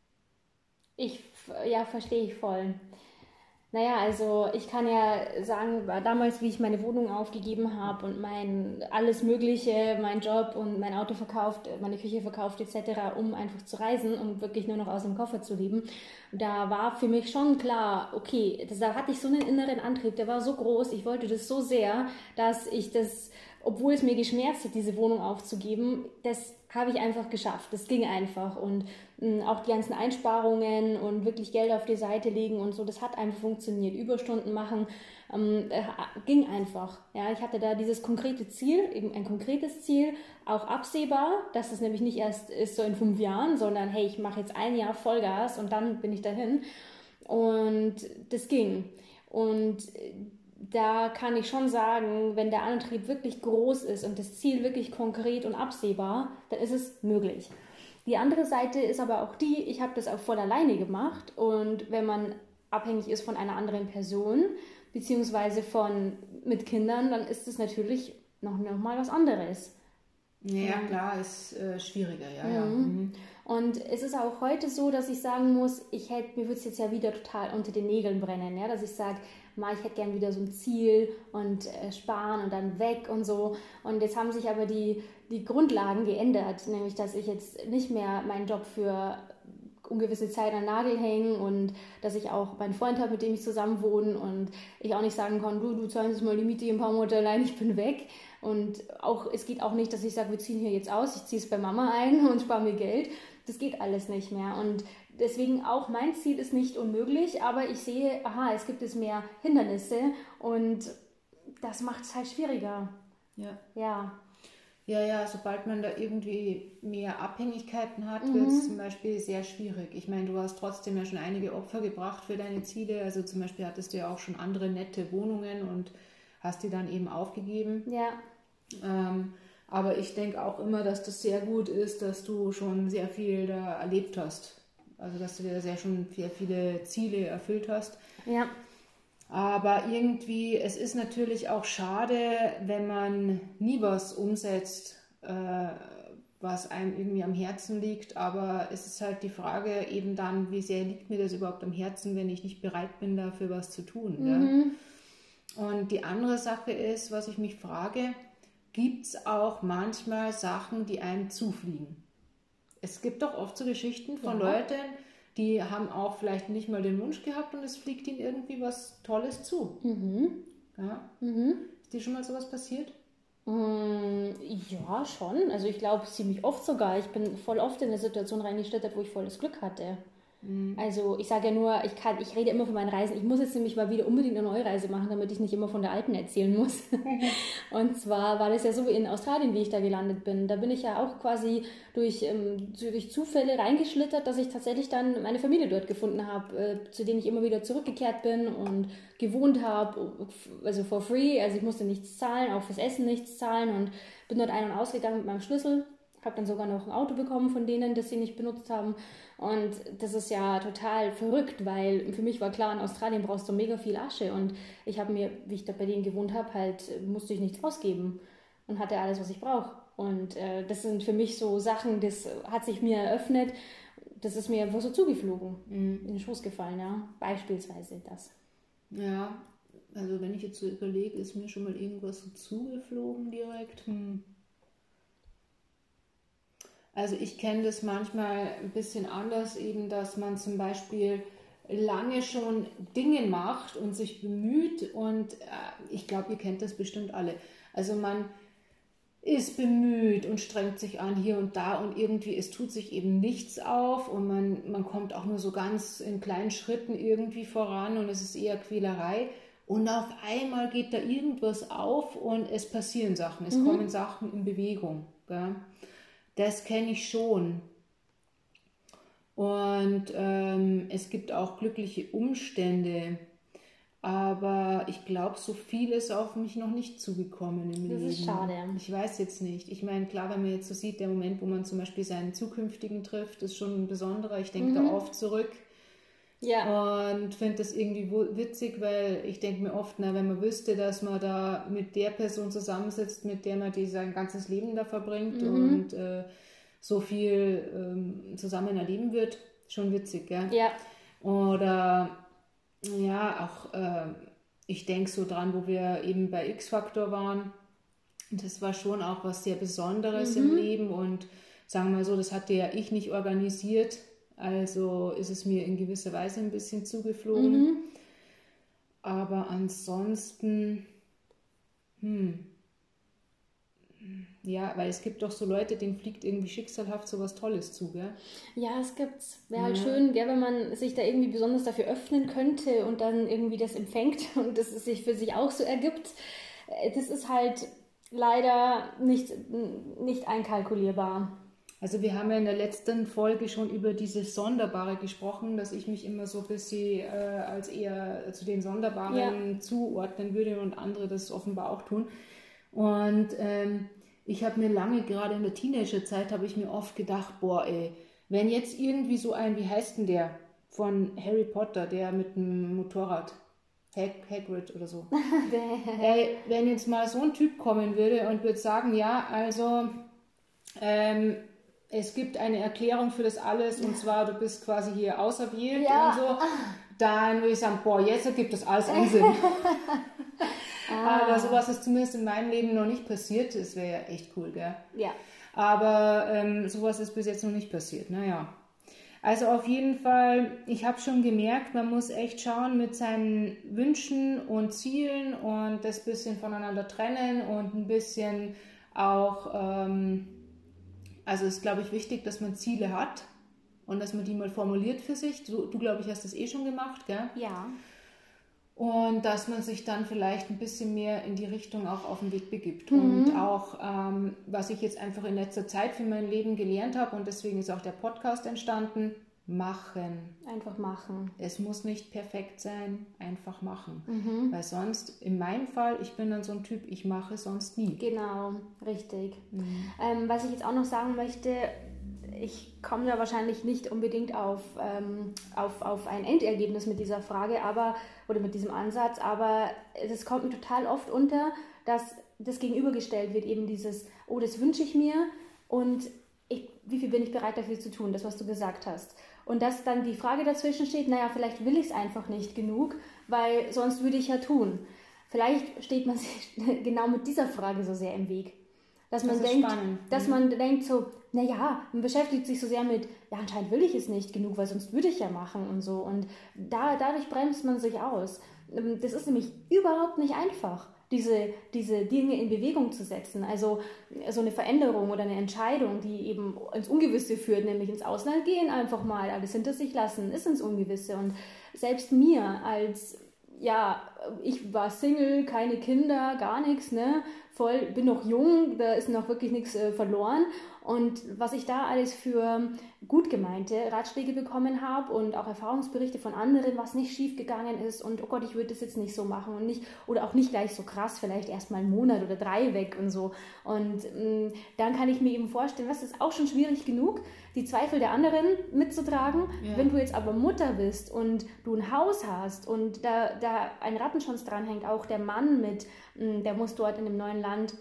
ich, ja, verstehe ich voll. Naja, also ich kann ja sagen, damals, wie ich meine Wohnung aufgegeben habe und mein alles Mögliche, mein Job und mein Auto verkauft, meine Küche verkauft et cetera, um einfach zu reisen und wirklich nur noch aus dem Koffer zu leben, da war für mich schon klar, okay, das, da hatte ich so einen inneren Antrieb, der war so groß, ich wollte das so sehr, dass ich das, obwohl es mir geschmerzt hat, diese Wohnung aufzugeben, das habe ich einfach geschafft. Das ging einfach und mh, auch die ganzen Einsparungen und wirklich Geld auf die Seite legen und so, das hat einfach funktioniert. Überstunden machen, ähm, äh, ging einfach. Ja, ich hatte da dieses konkrete Ziel, eben ein konkretes Ziel, auch absehbar, dass es nämlich nicht erst ist so in fünf Jahren, sondern hey, ich mache jetzt ein Jahr Vollgas und dann bin ich dahin. Und das ging. Und da kann ich schon sagen, wenn der Antrieb wirklich groß ist und das Ziel wirklich konkret und absehbar, dann ist es möglich. Die andere Seite ist aber auch die, ich habe das auch voll alleine gemacht und wenn man abhängig ist von einer anderen Person, beziehungsweise von mit Kindern, dann ist es natürlich noch, noch mal was anderes. Ja, ja. Klar, ist äh, schwieriger, ja, mhm. ja. Mhm. Und es ist auch heute so, dass ich sagen muss, ich hätte, mir würde es jetzt ja wieder total unter den Nägeln brennen, ja, dass ich sage, ich hätte gern wieder so ein Ziel und äh, sparen und dann weg und so. Und jetzt haben sich aber die, die Grundlagen geändert, nämlich dass ich jetzt nicht mehr meinen Job für ungewisse Zeit an den Nagel hängen und dass ich auch meinen Freund habe, mit dem ich zusammen wohne und ich auch nicht sagen kann, du, du zahlst jetzt mal die Miete ein paar Monate allein, ich bin weg. Und auch, es geht auch nicht, dass ich sage, wir ziehen hier jetzt aus, ich ziehe es bei Mama ein und spare mir Geld. Das geht alles nicht mehr. Und deswegen auch mein Ziel ist nicht unmöglich, aber ich sehe, aha, es gibt es mehr Hindernisse und das macht es halt schwieriger. Ja. Ja. Ja, ja, sobald man da irgendwie mehr Abhängigkeiten hat, mhm. wird es zum Beispiel sehr schwierig. Ich meine, du hast trotzdem ja schon einige Opfer gebracht für deine Ziele. Also zum Beispiel hattest du ja auch schon andere nette Wohnungen und hast die dann eben aufgegeben. Ja. Ähm, aber ich denke auch immer, dass das sehr gut ist, dass du schon sehr viel da erlebt hast. Also dass du dir sehr schon sehr viele Ziele erfüllt hast. Ja. Aber irgendwie, es ist natürlich auch schade, wenn man nie was umsetzt, äh, was einem irgendwie am Herzen liegt. Aber es ist halt die Frage eben dann, wie sehr liegt mir das überhaupt am Herzen, wenn ich nicht bereit bin, dafür was zu tun. Mhm. Ja? Und die andere Sache ist, was ich mich frage, gibt es auch manchmal Sachen, die einem zufliegen? Es gibt doch oft so Geschichten von ja. Leuten, die haben auch vielleicht nicht mal den Wunsch gehabt und es fliegt ihnen irgendwie was Tolles zu. Mhm. Ja. Mhm. Ist dir schon mal sowas passiert? Mm, Ja, schon. Also ich glaube ziemlich oft sogar. Ich bin voll oft in eine Situation reingeschlittert, wo ich voll das Glück hatte. Also ich sage ja nur, ich kann, ich rede immer von meinen Reisen. Ich muss jetzt nämlich mal wieder unbedingt eine neue Reise machen, damit ich nicht immer von der alten erzählen muss. Und zwar war das ja so wie in Australien, wie ich da gelandet bin. Da bin ich ja auch quasi durch, ähm, durch Zufälle reingeschlittert, dass ich tatsächlich dann meine Familie dort gefunden habe, äh, zu denen ich immer wieder zurückgekehrt bin und gewohnt habe, also for free. Also ich musste nichts zahlen, auch fürs Essen nichts zahlen und bin dort ein- und ausgegangen mit meinem Schlüssel. Habe dann sogar noch ein Auto bekommen von denen, das sie nicht benutzt haben. Und das ist ja total verrückt, weil für mich war klar, in Australien brauchst du mega viel Asche. Und ich habe mir, wie ich da bei denen gewohnt habe, halt musste ich nichts ausgeben und hatte alles, was ich brauche. Und äh, das sind für mich so Sachen, das hat sich mir eröffnet. Das ist mir einfach so zugeflogen, mhm. in den Schoß gefallen, ja. Beispielsweise das. Ja, also wenn ich jetzt so überlege, ist mir schon mal irgendwas so zugeflogen direkt. Hm. Also ich kenne das manchmal ein bisschen anders, eben, dass man zum Beispiel lange schon Dinge macht und sich bemüht und äh, ich glaube, ihr kennt das bestimmt alle. Also man ist bemüht und strengt sich an hier und da und irgendwie es tut sich eben nichts auf und man, man kommt auch nur so ganz in kleinen Schritten irgendwie voran und es ist eher Quälerei. Und auf einmal geht da irgendwas auf und es passieren Sachen, es mhm. kommen Sachen in Bewegung. Gell? Das kenne ich schon. Und ähm, es gibt auch glückliche Umstände. Aber ich glaube, so viel ist auf mich noch nicht zugekommen im das Leben. Das ist schade. Ich weiß jetzt nicht. Ich meine, klar, wenn man jetzt so sieht, der Moment, wo man zum Beispiel seinen Zukünftigen trifft, ist schon ein besonderer. Ich denke mhm. da oft zurück. Ja. Und finde das irgendwie witzig, weil ich denke mir oft, na, wenn man wüsste, dass man da mit der Person zusammensitzt, mit der man die sein ganzes Leben da verbringt mhm. und äh, so viel ähm, zusammen erleben wird, schon witzig, gell? Ja. Oder ja, auch äh, ich denke so dran, wo wir eben bei X-Factor waren. Das war schon auch was sehr Besonderes mhm. im Leben und sagen wir mal so, das hatte ja ich nicht organisiert. Also ist es mir in gewisser Weise ein bisschen zugeflogen. Mhm. Aber ansonsten, hm, ja, weil es gibt doch so Leute, denen fliegt irgendwie schicksalhaft so was Tolles zu, gell? Ja, es gibt's. Wäre ja. halt schön, gell, wenn man sich da irgendwie besonders dafür öffnen könnte und dann irgendwie das empfängt und das es sich für sich auch so ergibt. Das ist halt leider nicht, nicht einkalkulierbar. Also wir haben ja in der letzten Folge schon über dieses Sonderbare gesprochen, dass ich mich immer so ein bisschen äh, als eher zu den Sonderbaren ja. zuordnen würde und andere das offenbar auch tun. Und ähm, ich habe mir lange, gerade in der Teenagerzeit, habe ich mir oft gedacht, boah ey, wenn jetzt irgendwie so ein, wie heißt denn der, von Harry Potter, der mit dem Motorrad, Hag, Hagrid oder so. ey, wenn jetzt mal so ein Typ kommen würde und würde sagen, ja, also ähm, es gibt eine Erklärung für das alles und zwar, du bist quasi hier auserwählt ja. und so, dann würde ich sagen, boah, jetzt ergibt das alles einen Sinn. ah. Aber sowas ist zumindest in meinem Leben noch nicht passiert, das wäre ja echt cool, gell? Ja. Aber ähm, sowas ist bis jetzt noch nicht passiert, naja. Also auf jeden Fall, ich habe schon gemerkt, man muss echt schauen mit seinen Wünschen und Zielen und das ein bisschen voneinander trennen und ein bisschen auch... Ähm, Also ist, glaube ich, wichtig, dass man Ziele hat und dass man die mal formuliert für sich. Du, du glaube ich, hast das eh schon gemacht, gell? Ja. Und dass man sich dann vielleicht ein bisschen mehr in die Richtung auch auf den Weg begibt. Mhm. Und auch, ähm, was ich jetzt einfach in letzter Zeit für mein Leben gelernt habe und deswegen ist auch der Podcast entstanden, machen. Einfach machen. Es muss nicht perfekt sein, einfach machen. Mhm. Weil sonst, in meinem Fall, ich bin dann so ein Typ, ich mache sonst nie. Genau, richtig. Mhm. Ähm, was ich jetzt auch noch sagen möchte, ich komme da wahrscheinlich nicht unbedingt auf, ähm, auf, auf ein Endergebnis mit dieser Frage, aber oder mit diesem Ansatz, aber es kommt mir total oft unter, dass das gegenübergestellt wird, eben dieses, oh, das wünsche ich mir und ich, wie viel bin ich bereit dafür zu tun, das, was du gesagt hast. Und dass dann die Frage dazwischen steht, naja, vielleicht will ich es einfach nicht genug, weil sonst würde ich ja tun. Vielleicht steht man sich genau mit dieser Frage so sehr im Weg. Dass man das denkt, spannend. dass mhm. man denkt so, naja, man beschäftigt sich so sehr mit, ja, anscheinend will ich es nicht genug, weil sonst würde ich ja machen und so. Und da, dadurch bremst man sich aus. Das ist nämlich überhaupt nicht einfach, diese, diese Dinge in Bewegung zu setzen. Also so eine Veränderung oder eine Entscheidung, die eben ins Ungewisse führt, nämlich ins Ausland gehen, einfach mal alles hinter sich lassen, ist ins Ungewisse. Und selbst mir als, ja, ich war Single, keine Kinder, gar nichts, ne? Voll, bin noch jung, da ist noch wirklich nichts äh, verloren. Und was ich da alles für gut gemeinte Ratschläge bekommen habe und auch Erfahrungsberichte von anderen, was nicht schief gegangen ist und oh Gott, ich würde das jetzt nicht so machen und nicht, oder auch nicht gleich so krass, vielleicht erst mal einen Monat oder drei weg und so. Und mh, dann kann ich mir eben vorstellen, was ist auch schon schwierig genug, die Zweifel der anderen mitzutragen. Ja. Wenn du jetzt aber Mutter bist und du ein Haus hast und da, da ein Rattenschwanz dranhängt, auch der Mann mit, mh, der muss dort in dem neuen Land,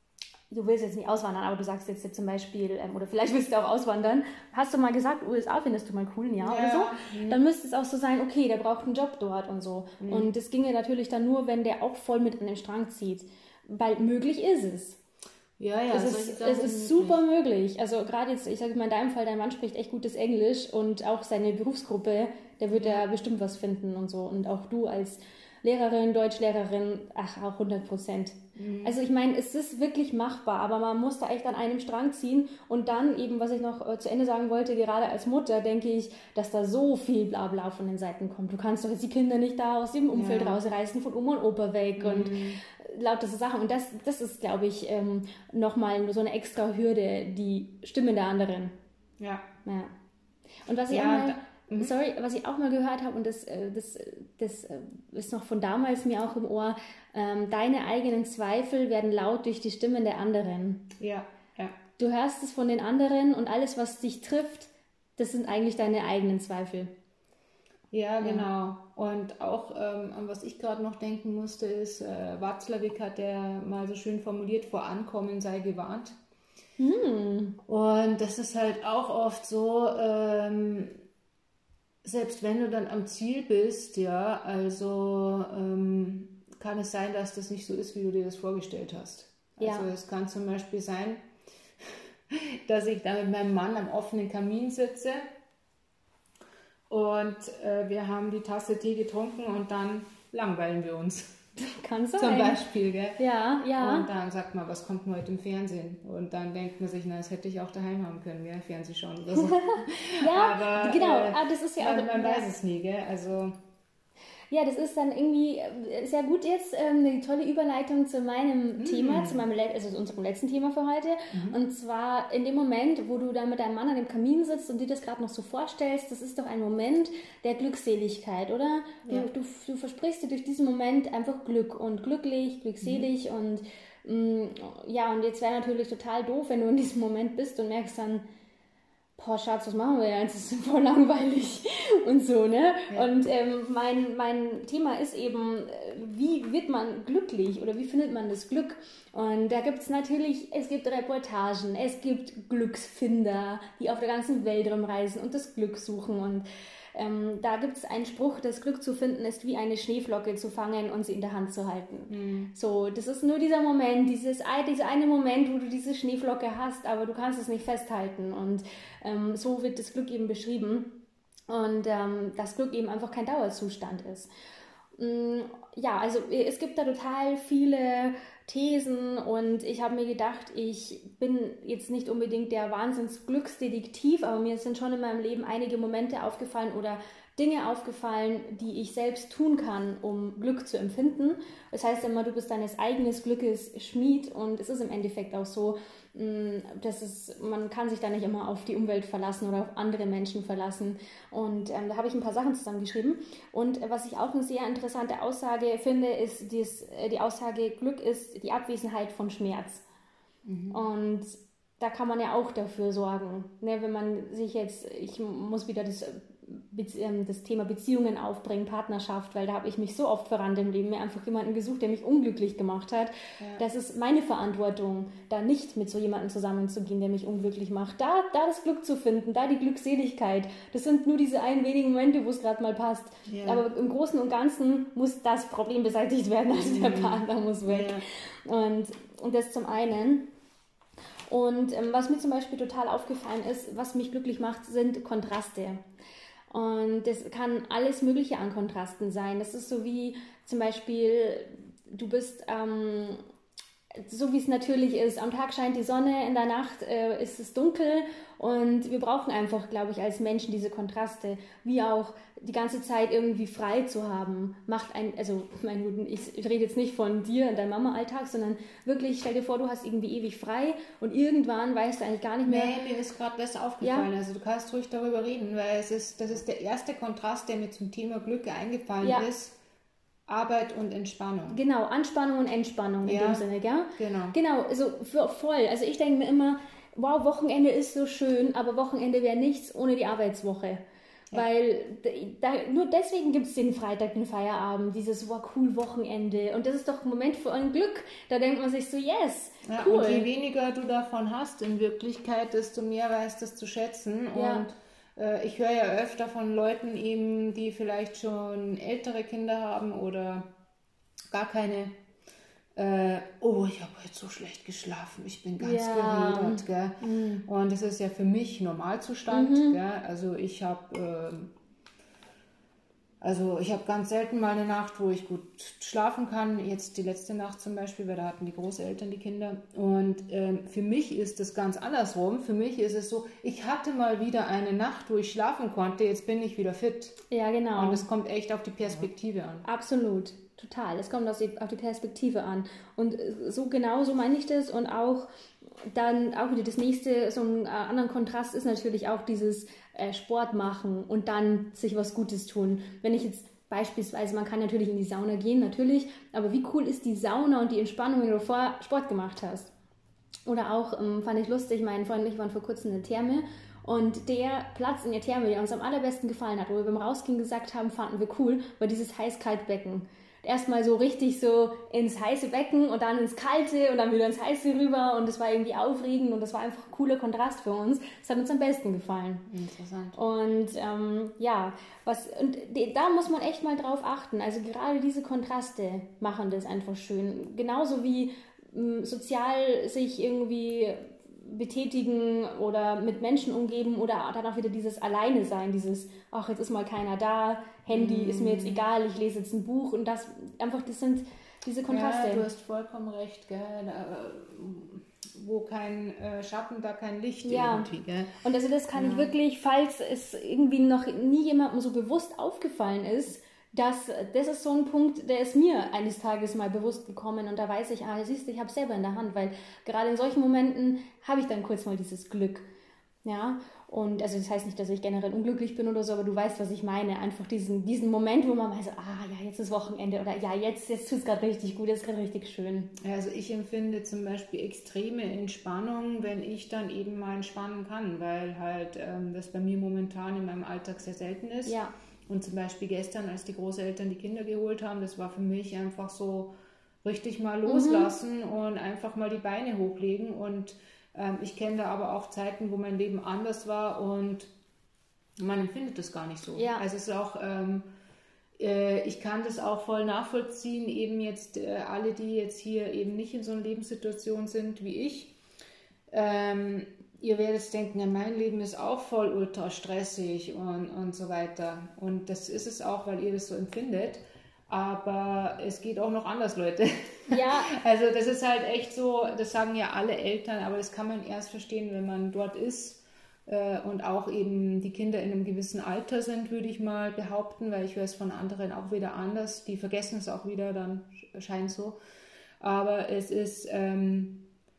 du willst jetzt nicht auswandern, aber du sagst jetzt, jetzt zum Beispiel, ähm, oder vielleicht willst du auch auswandern, hast du mal gesagt, U S A findest du mal cool, ein Jahr ja. oder so, mhm. dann müsste es auch so sein, okay, der braucht einen Job dort und so. Mhm. Und das ginge natürlich dann nur, wenn der auch voll mit an den Strang zieht, weil möglich ist es. Ja, ja, es ist, es ist super möglich. Also gerade jetzt, ich sage mal in deinem Fall, dein Mann spricht echt gutes Englisch und auch seine Berufsgruppe, der wird ja bestimmt was finden und so. Und auch du als Lehrerin, Deutschlehrerin, ach, auch hundert Prozent. Mhm. Also ich meine, es ist wirklich machbar, aber man muss da echt an einem Strang ziehen und dann eben, was ich noch äh, zu Ende sagen wollte, gerade als Mutter denke ich, dass da so viel Blabla von den Seiten kommt. Du kannst doch jetzt die Kinder nicht da aus dem Umfeld ja. rausreißen, von Oma und Opa weg mhm. und lauter so Sachen. Und das, das ist, glaube ich, ähm, nochmal so eine extra Hürde, die Stimmen der anderen. Ja. ja. Und was ich ja, auch mal... da- Sorry, was ich auch mal gehört habe, und das, das, das ist noch von damals mir auch im Ohr, ähm, deine eigenen Zweifel werden laut durch die Stimmen der anderen. Ja, ja. Du hörst es von den anderen und alles, was dich trifft, das sind eigentlich deine eigenen Zweifel. Ja, genau. Ja. Und auch, ähm, an was ich gerade noch denken musste, ist, äh, Watzlawick hat der mal so schön formuliert, vor Ankommen sei gewarnt. Hm. Und das ist halt auch oft so, ähm, selbst wenn du dann am Ziel bist, ja, also ähm, kann es sein, dass das nicht so ist, wie du dir das vorgestellt hast. Also ja. es kann zum Beispiel sein, dass ich da mit meinem Mann am offenen Kamin sitze und äh, wir haben die Tasse Tee getrunken und dann langweilen wir uns. Kann sein. Zum Beispiel, gell? Ja, ja. Und dann sagt man, was kommt denn heute im Fernsehen? Und dann denkt man sich, na, das hätte ich auch daheim haben können, ja, Fernsehen schauen oder so. ja, aber, genau. Äh, ah, das ist ja auch, man, man ja. weiß es nie, gell? Also... Ja, das ist dann irgendwie sehr gut jetzt, ähm, eine tolle Überleitung zu meinem mm. Thema, zu meinem Le- also zu unserem letzten Thema für heute. Mm. Und zwar in dem Moment, wo du da mit deinem Mann an dem Kamin sitzt und dir das gerade noch so vorstellst, das ist doch ein Moment der Glückseligkeit, oder? Du, ja. du, du versprichst dir durch diesen Moment einfach Glück und glücklich, glückselig mm. und mh, ja, und jetzt wäre natürlich total doof, wenn du in diesem Moment bist und merkst dann, boah, Schatz, was machen wir jetzt? Das ist voll langweilig und so, ne? Ja. Und ähm, mein, mein Thema ist eben, wie wird man glücklich oder wie findet man das Glück? Und da gibt es natürlich, es gibt Reportagen, es gibt Glücksfinder, die auf der ganzen Welt rumreisen und das Glück suchen. Und ähm, da gibt es einen Spruch, das Glück zu finden ist wie eine Schneeflocke zu fangen und sie in der Hand zu halten. Mhm. So, das ist nur dieser Moment, dieses, dieser eine Moment, wo du diese Schneeflocke hast, aber du kannst es nicht festhalten. Und ähm, so wird das Glück eben beschrieben. Und ähm, das Glück eben einfach kein Dauerzustand ist. Ähm, ja, also es gibt da total viele Thesen und ich habe mir gedacht, ich bin jetzt nicht unbedingt der Wahnsinns-Glücksdetektiv, aber mir sind schon in meinem Leben einige Momente aufgefallen oder Dinge aufgefallen, die ich selbst tun kann, um Glück zu empfinden. Das heißt immer, du bist deines eigenen Glückes Schmied und es ist im Endeffekt auch so, dass es, man kann sich da nicht immer auf die Umwelt verlassen oder auf andere Menschen verlassen. Und ähm, da habe ich ein paar Sachen zusammengeschrieben. Und äh, was ich auch eine sehr interessante Aussage finde, ist dies, äh, die Aussage, Glück ist die Abwesenheit von Schmerz. Mhm. Und da kann man ja auch dafür sorgen. Ne, wenn man sich jetzt, ich muss wieder das, das Thema Beziehungen aufbringen, Partnerschaft, weil da habe ich mich so oft verrannt im Leben, mir einfach jemanden gesucht, der mich unglücklich gemacht hat. Ja. Das ist meine Verantwortung, da nicht mit so jemandem zusammenzugehen, der mich unglücklich macht. Da, da das Glück zu finden, da die Glückseligkeit. Das sind nur diese einen wenigen Momente, wo es gerade mal passt. Ja. Aber im Großen und Ganzen muss das Problem beseitigt werden, also der Partner muss weg. Ja. Und, und das zum einen. Und ähm, was mir zum Beispiel total aufgefallen ist, was mich glücklich macht, sind Kontraste. Und das kann alles Mögliche an Kontrasten sein. Das ist so wie zum Beispiel, du bist, ähm, so wie es natürlich ist, am Tag scheint die Sonne, in der Nacht äh, ist es dunkel und wir brauchen einfach, glaube ich, als Menschen diese Kontraste, wie auch die ganze Zeit irgendwie frei zu haben, macht ein, also mein Guten, ich, ich rede jetzt nicht von dir und deinem Mama-Alltag, sondern wirklich, stell dir vor, du hast irgendwie ewig frei und irgendwann weißt du eigentlich gar nicht mehr. Nee, mir ist gerade das aufgefallen, Ja. also du kannst ruhig darüber reden, weil es ist, das ist der erste Kontrast, der mir zum Thema Glück eingefallen Ja. ist. Arbeit und Entspannung. Genau, Anspannung und Entspannung in Ja, dem Sinne, gell? genau. Genau, also für voll. Also ich denke mir immer, wow, Wochenende ist so schön, aber Wochenende wäre nichts ohne die Arbeitswoche. Ja. Weil da, nur deswegen gibt es den Freitag, den Feierabend, dieses wow, cool Wochenende. Und das ist doch ein Moment für ein Glück. Da denkt man sich so, yes, ja, cool. Und je weniger du davon hast in Wirklichkeit, desto mehr weißt du es zu schätzen. Ja. Und ich höre ja öfter von Leuten eben, die vielleicht schon ältere Kinder haben oder gar keine. Äh, oh, ich habe heute so schlecht geschlafen, ich bin ganz ja. geredet. Gell? Mhm. Und das ist ja für mich Normalzustand. Mhm. Gell? Also ich habe äh, also ich habe ganz selten mal eine Nacht, wo ich gut schlafen kann. Jetzt die letzte Nacht zum Beispiel, weil da hatten die Großeltern die Kinder. Und ähm, für mich ist das ganz andersrum. Für mich ist es so, ich hatte mal wieder eine Nacht, wo ich schlafen konnte. Jetzt bin ich wieder fit. Ja, genau. Und es kommt echt auf die Perspektive an. Absolut, total. Es kommt auf die Perspektive an. Und so genau so meine ich das. Und auch dann auch wieder das nächste, so ein äh, anderen Kontrast ist natürlich auch dieses äh, Sport machen und dann sich was Gutes tun. Wenn ich jetzt beispielsweise, man kann natürlich in die Sauna gehen, natürlich, aber wie cool ist die Sauna und die Entspannung, wenn du vorher Sport gemacht hast? Oder auch, ähm, fand ich lustig, mein Freund und ich waren vor kurzem in der Therme und der Platz in der Therme, der uns am allerbesten gefallen hat, wo wir beim Rausgehen gesagt haben, fanden wir cool, war dieses Heiß-Kalt-Becken. Erstmal so richtig so ins heiße Becken und dann ins kalte und dann wieder ins heiße rüber und das war irgendwie aufregend und das war einfach ein cooler Kontrast für uns. Das hat uns am besten gefallen. Interessant. Und ähm, ja, was, und da muss man echt mal drauf achten. Also gerade diese Kontraste machen das einfach schön. Genauso wie ähm, sozial sich irgendwie betätigen oder mit Menschen umgeben oder dann auch wieder dieses Alleine sein, dieses, ach, jetzt ist mal keiner da, Handy mm. ist mir jetzt egal, ich lese jetzt ein Buch und das, einfach, das sind diese Kontraste. Ja, du hast vollkommen recht, gell? Da, wo kein äh, Schatten, da kein Licht ja. irgendwie, gell? Und also das kann ja. ich wirklich, falls es irgendwie noch nie jemandem so bewusst aufgefallen ist, Das, das ist so ein Punkt, der ist mir eines Tages mal bewusst gekommen und da weiß ich, ah, siehst du, ich habe es selber in der Hand, weil gerade in solchen Momenten habe ich dann kurz mal dieses Glück, ja, und also das heißt nicht, dass ich generell unglücklich bin oder so, aber du weißt, was ich meine, einfach diesen, diesen Moment, wo man mal so, ah, ja, jetzt ist Wochenende oder ja, jetzt, jetzt tut es gerade richtig gut, jetzt ist gerade richtig schön. Also ich empfinde zum Beispiel extreme Entspannung, wenn ich dann eben mal entspannen kann, weil halt ähm, das bei mir momentan in meinem Alltag sehr selten ist. Ja. Und zum Beispiel gestern, als die Großeltern die Kinder geholt haben, das war für mich einfach so richtig mal loslassen mhm. und einfach mal die Beine hochlegen. Und ähm, ich kenne da aber auch Zeiten, wo mein Leben anders war und man empfindet das gar nicht so. Ja. Also es ist auch, ähm, äh, ich kann das auch voll nachvollziehen, eben jetzt äh, alle, die jetzt hier eben nicht in so einer Lebenssituation sind wie ich. Ähm, Ihr werdet denken, ja, mein Leben ist auch voll ultra stressig und, und so weiter. Und das ist es auch, weil ihr das so empfindet. Aber es geht auch noch anders, Leute. Ja. Also das ist halt echt so, das sagen ja alle Eltern, aber das kann man erst verstehen, wenn man dort ist. Äh, und auch eben die Kinder in einem gewissen Alter sind, würde ich mal behaupten, weil ich höre es von anderen auch wieder anders. Die vergessen es auch wieder, dann scheint so. Aber es ist... Ähm,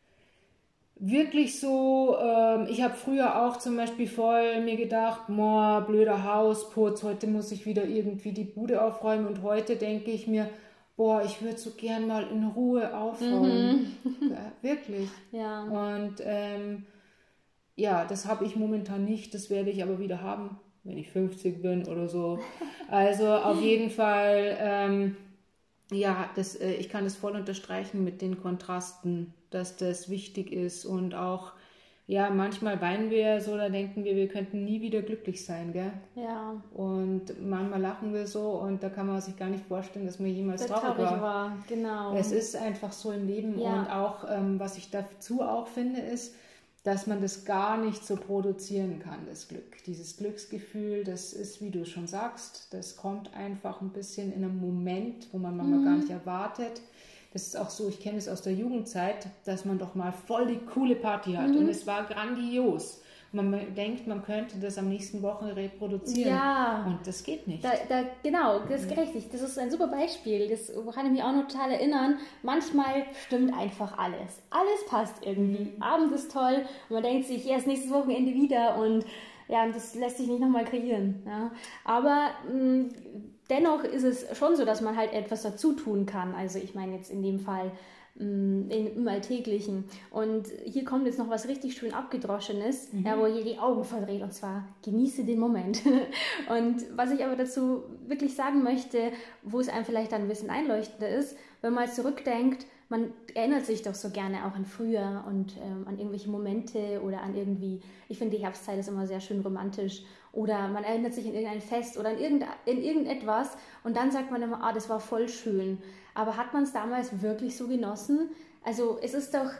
wirklich so, ähm, ich habe früher auch zum Beispiel voll mir gedacht, boah, blöder Hausputz, heute muss ich wieder irgendwie die Bude aufräumen und heute denke ich mir, boah, ich würde so gern mal in Ruhe aufräumen. Mhm. Ja, wirklich. Ja. Und ähm, ja, das habe ich momentan nicht, das werde ich aber wieder haben, wenn ich fünfzig bin oder so. Also auf jeden Fall, ähm, ja, das, äh, ich kann das voll unterstreichen mit den Kontrasten, dass das wichtig ist und auch ja, manchmal weinen wir so, da denken wir, wir könnten nie wieder glücklich sein, gell? Ja. Und manchmal lachen wir so und da kann man sich gar nicht vorstellen, dass man jemals Das traurig traurig war. war. Genau. Es ist einfach so im Leben Ja. und auch, ähm, was ich dazu auch finde, ist, dass man das gar nicht so produzieren kann, das Glück. Dieses Glücksgefühl, das ist, wie du schon sagst, das kommt einfach ein bisschen in einem Moment, wo man manchmal Mhm. gar nicht erwartet. Das ist auch so, ich kenne es aus der Jugendzeit, dass man doch mal voll die coole Party hat Mhm. und es war grandios. Und man denkt, man könnte das am nächsten Wochen reproduzieren Ja. und das geht nicht. Da, da, genau, das ist richtig. Das ist ein super Beispiel. Das kann ich mich auch noch total erinnern. Manchmal stimmt einfach alles. Alles passt irgendwie. Abend ist toll und man denkt sich, erst nächstes Wochenende wieder und ja, und das lässt sich nicht nochmal kreieren. Ja. Aber mh, dennoch ist es schon so, dass man halt etwas dazu tun kann. Also ich meine jetzt in dem Fall mh, in, im Alltäglichen. Und hier kommt jetzt noch was richtig schön Abgedroschenes, ja, wo ihr die Augen verdreht, und zwar genieße den Moment. Und was ich aber dazu wirklich sagen möchte, wo es einem vielleicht dann ein bisschen einleuchtender ist, wenn man zurückdenkt, man erinnert sich doch so gerne auch an früher und ähm, an irgendwelche Momente oder an irgendwie, ich finde die Herbstzeit ist immer sehr schön romantisch, oder man erinnert sich an irgendein Fest oder an irgend, in irgendetwas und dann sagt man immer, ah, das war voll schön. Aber hat man es damals wirklich so genossen? Also es ist doch,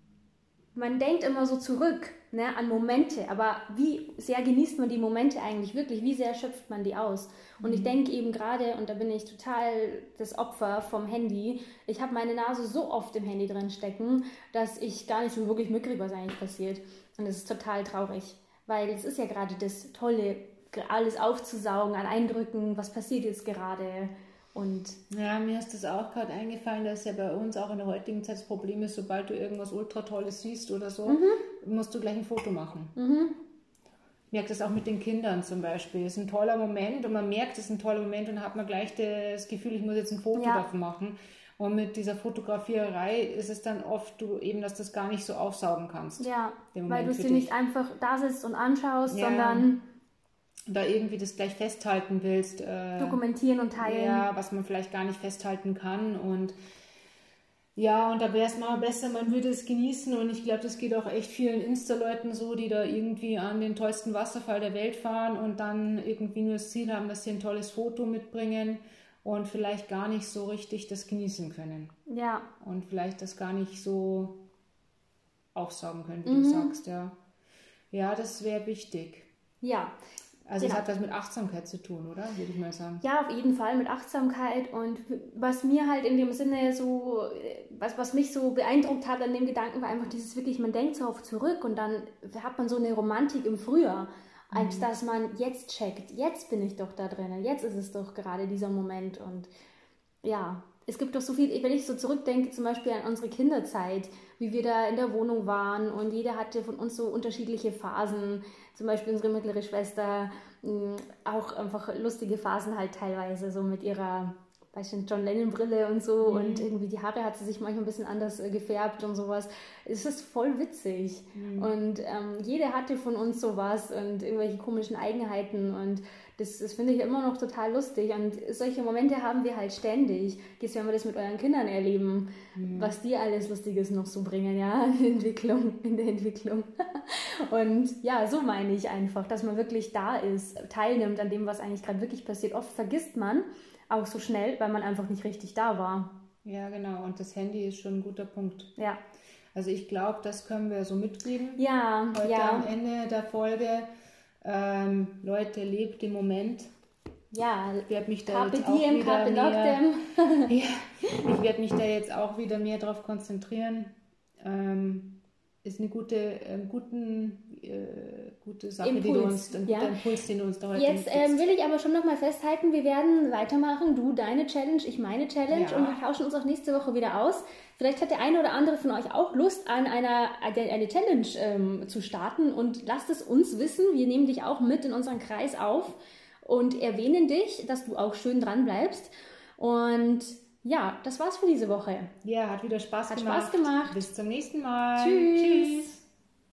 man denkt immer so zurück, ne, an Momente, aber wie sehr genießt man die Momente eigentlich wirklich? Wie sehr schöpft man die aus? Und ich denke eben gerade, und da bin ich total das Opfer vom Handy, ich habe meine Nase so oft im Handy drin stecken, dass ich gar nicht so wirklich mitkriege, was eigentlich passiert. Und das ist total traurig, weil es ist ja gerade das Tolle, alles aufzusaugen an Eindrücken, was passiert jetzt gerade. Und ja, mir ist das auch gerade eingefallen, dass ja bei uns auch in der heutigen Zeit das Problem ist, sobald du irgendwas ultra Tolles siehst oder so, mhm. musst du gleich ein Foto machen. Mhm. Ich merke das auch mit den Kindern zum Beispiel. Es ist ein toller Moment und man merkt, es ist ein toller Moment und hat man gleich das Gefühl, ich muss jetzt ein Foto ja. davon machen. Und mit dieser Fotografierei ist es dann oft du eben, dass du das gar nicht so aufsaugen kannst. Ja, weil du es dir nicht einfach da sitzt und anschaust, ja. sondern da irgendwie das gleich festhalten willst. Äh, dokumentieren und teilen. Ja, was man vielleicht gar nicht festhalten kann. Und ja, und da wäre es mal besser, man würde es genießen. Und ich glaube, das geht auch echt vielen Insta-Leuten so, die da irgendwie an den tollsten Wasserfall der Welt fahren und dann irgendwie nur das Ziel haben, dass sie ein tolles Foto mitbringen und vielleicht gar nicht so richtig das genießen können. Ja. Und vielleicht das gar nicht so aufsaugen können, wie mhm. du sagst, ja. Ja, das wäre wichtig. Ja. Also es ja. hat was mit Achtsamkeit zu tun, oder? Würde ich mal sagen. Ja, auf jeden Fall mit Achtsamkeit. Und was mir halt in dem Sinne so, was, was mich so beeindruckt hat an dem Gedanken, war einfach dieses wirklich, man denkt so oft zurück und dann hat man so eine Romantik im Frühjahr, mhm. als dass man jetzt checkt, jetzt bin ich doch da drin, jetzt ist es doch gerade dieser Moment. Und ja, es gibt doch so viel, wenn ich so zurückdenke, zum Beispiel an unsere Kinderzeit, wie wir da in der Wohnung waren und jeder hatte von uns so unterschiedliche Phasen, zum Beispiel unsere mittlere Schwester, auch einfach lustige Phasen halt teilweise, so mit ihrer, weißt du, John Lennon Brille und so mhm. und irgendwie die Haare hat sie sich manchmal ein bisschen anders gefärbt und sowas. Es ist voll witzig mhm. und ähm, jeder hatte von uns sowas und irgendwelche komischen Eigenheiten und das, das finde ich immer noch total lustig und solche Momente haben wir halt ständig. Jetzt werden wir das mit euren Kindern erleben, mhm. was die alles Lustiges noch so bringen, ja, in der Entwicklung, in der Entwicklung. Und ja, so meine ich einfach, dass man wirklich da ist, teilnimmt an dem, was eigentlich gerade wirklich passiert. Oft vergisst man auch so schnell, weil man einfach nicht richtig da war. Ja, genau. Und das Handy ist schon ein guter Punkt. Ja. Also ich glaube, das können wir so mitgeben. Ja, heute ja. am Ende der Folge. Ähm, Leute, lebt den Moment. Ja, ich werde mich da Carpe jetzt auch diem, wieder Carpe mehr, ja, ich werde mich da jetzt auch wieder mehr drauf konzentrieren. Ähm, ist eine gute, äh, guten, äh, gute Sache, Impuls, die du uns, ein ja. guter Impuls, den du uns da heute Jetzt ähm, will ich aber schon nochmal festhalten, wir werden weitermachen. Du deine Challenge, ich meine Challenge ja. und wir tauschen uns auch nächste Woche wieder aus. Vielleicht hat der eine oder andere von euch auch Lust, an einer eine Challenge ähm, zu starten und lasst es uns wissen. Wir nehmen dich auch mit in unseren Kreis auf und erwähnen dich, dass du auch schön dran bleibst. Und ja, das war's für diese Woche. Ja, hat wieder Spaß hat gemacht. Spaß gemacht. Bis zum nächsten Mal. Tschüss. Tschüss.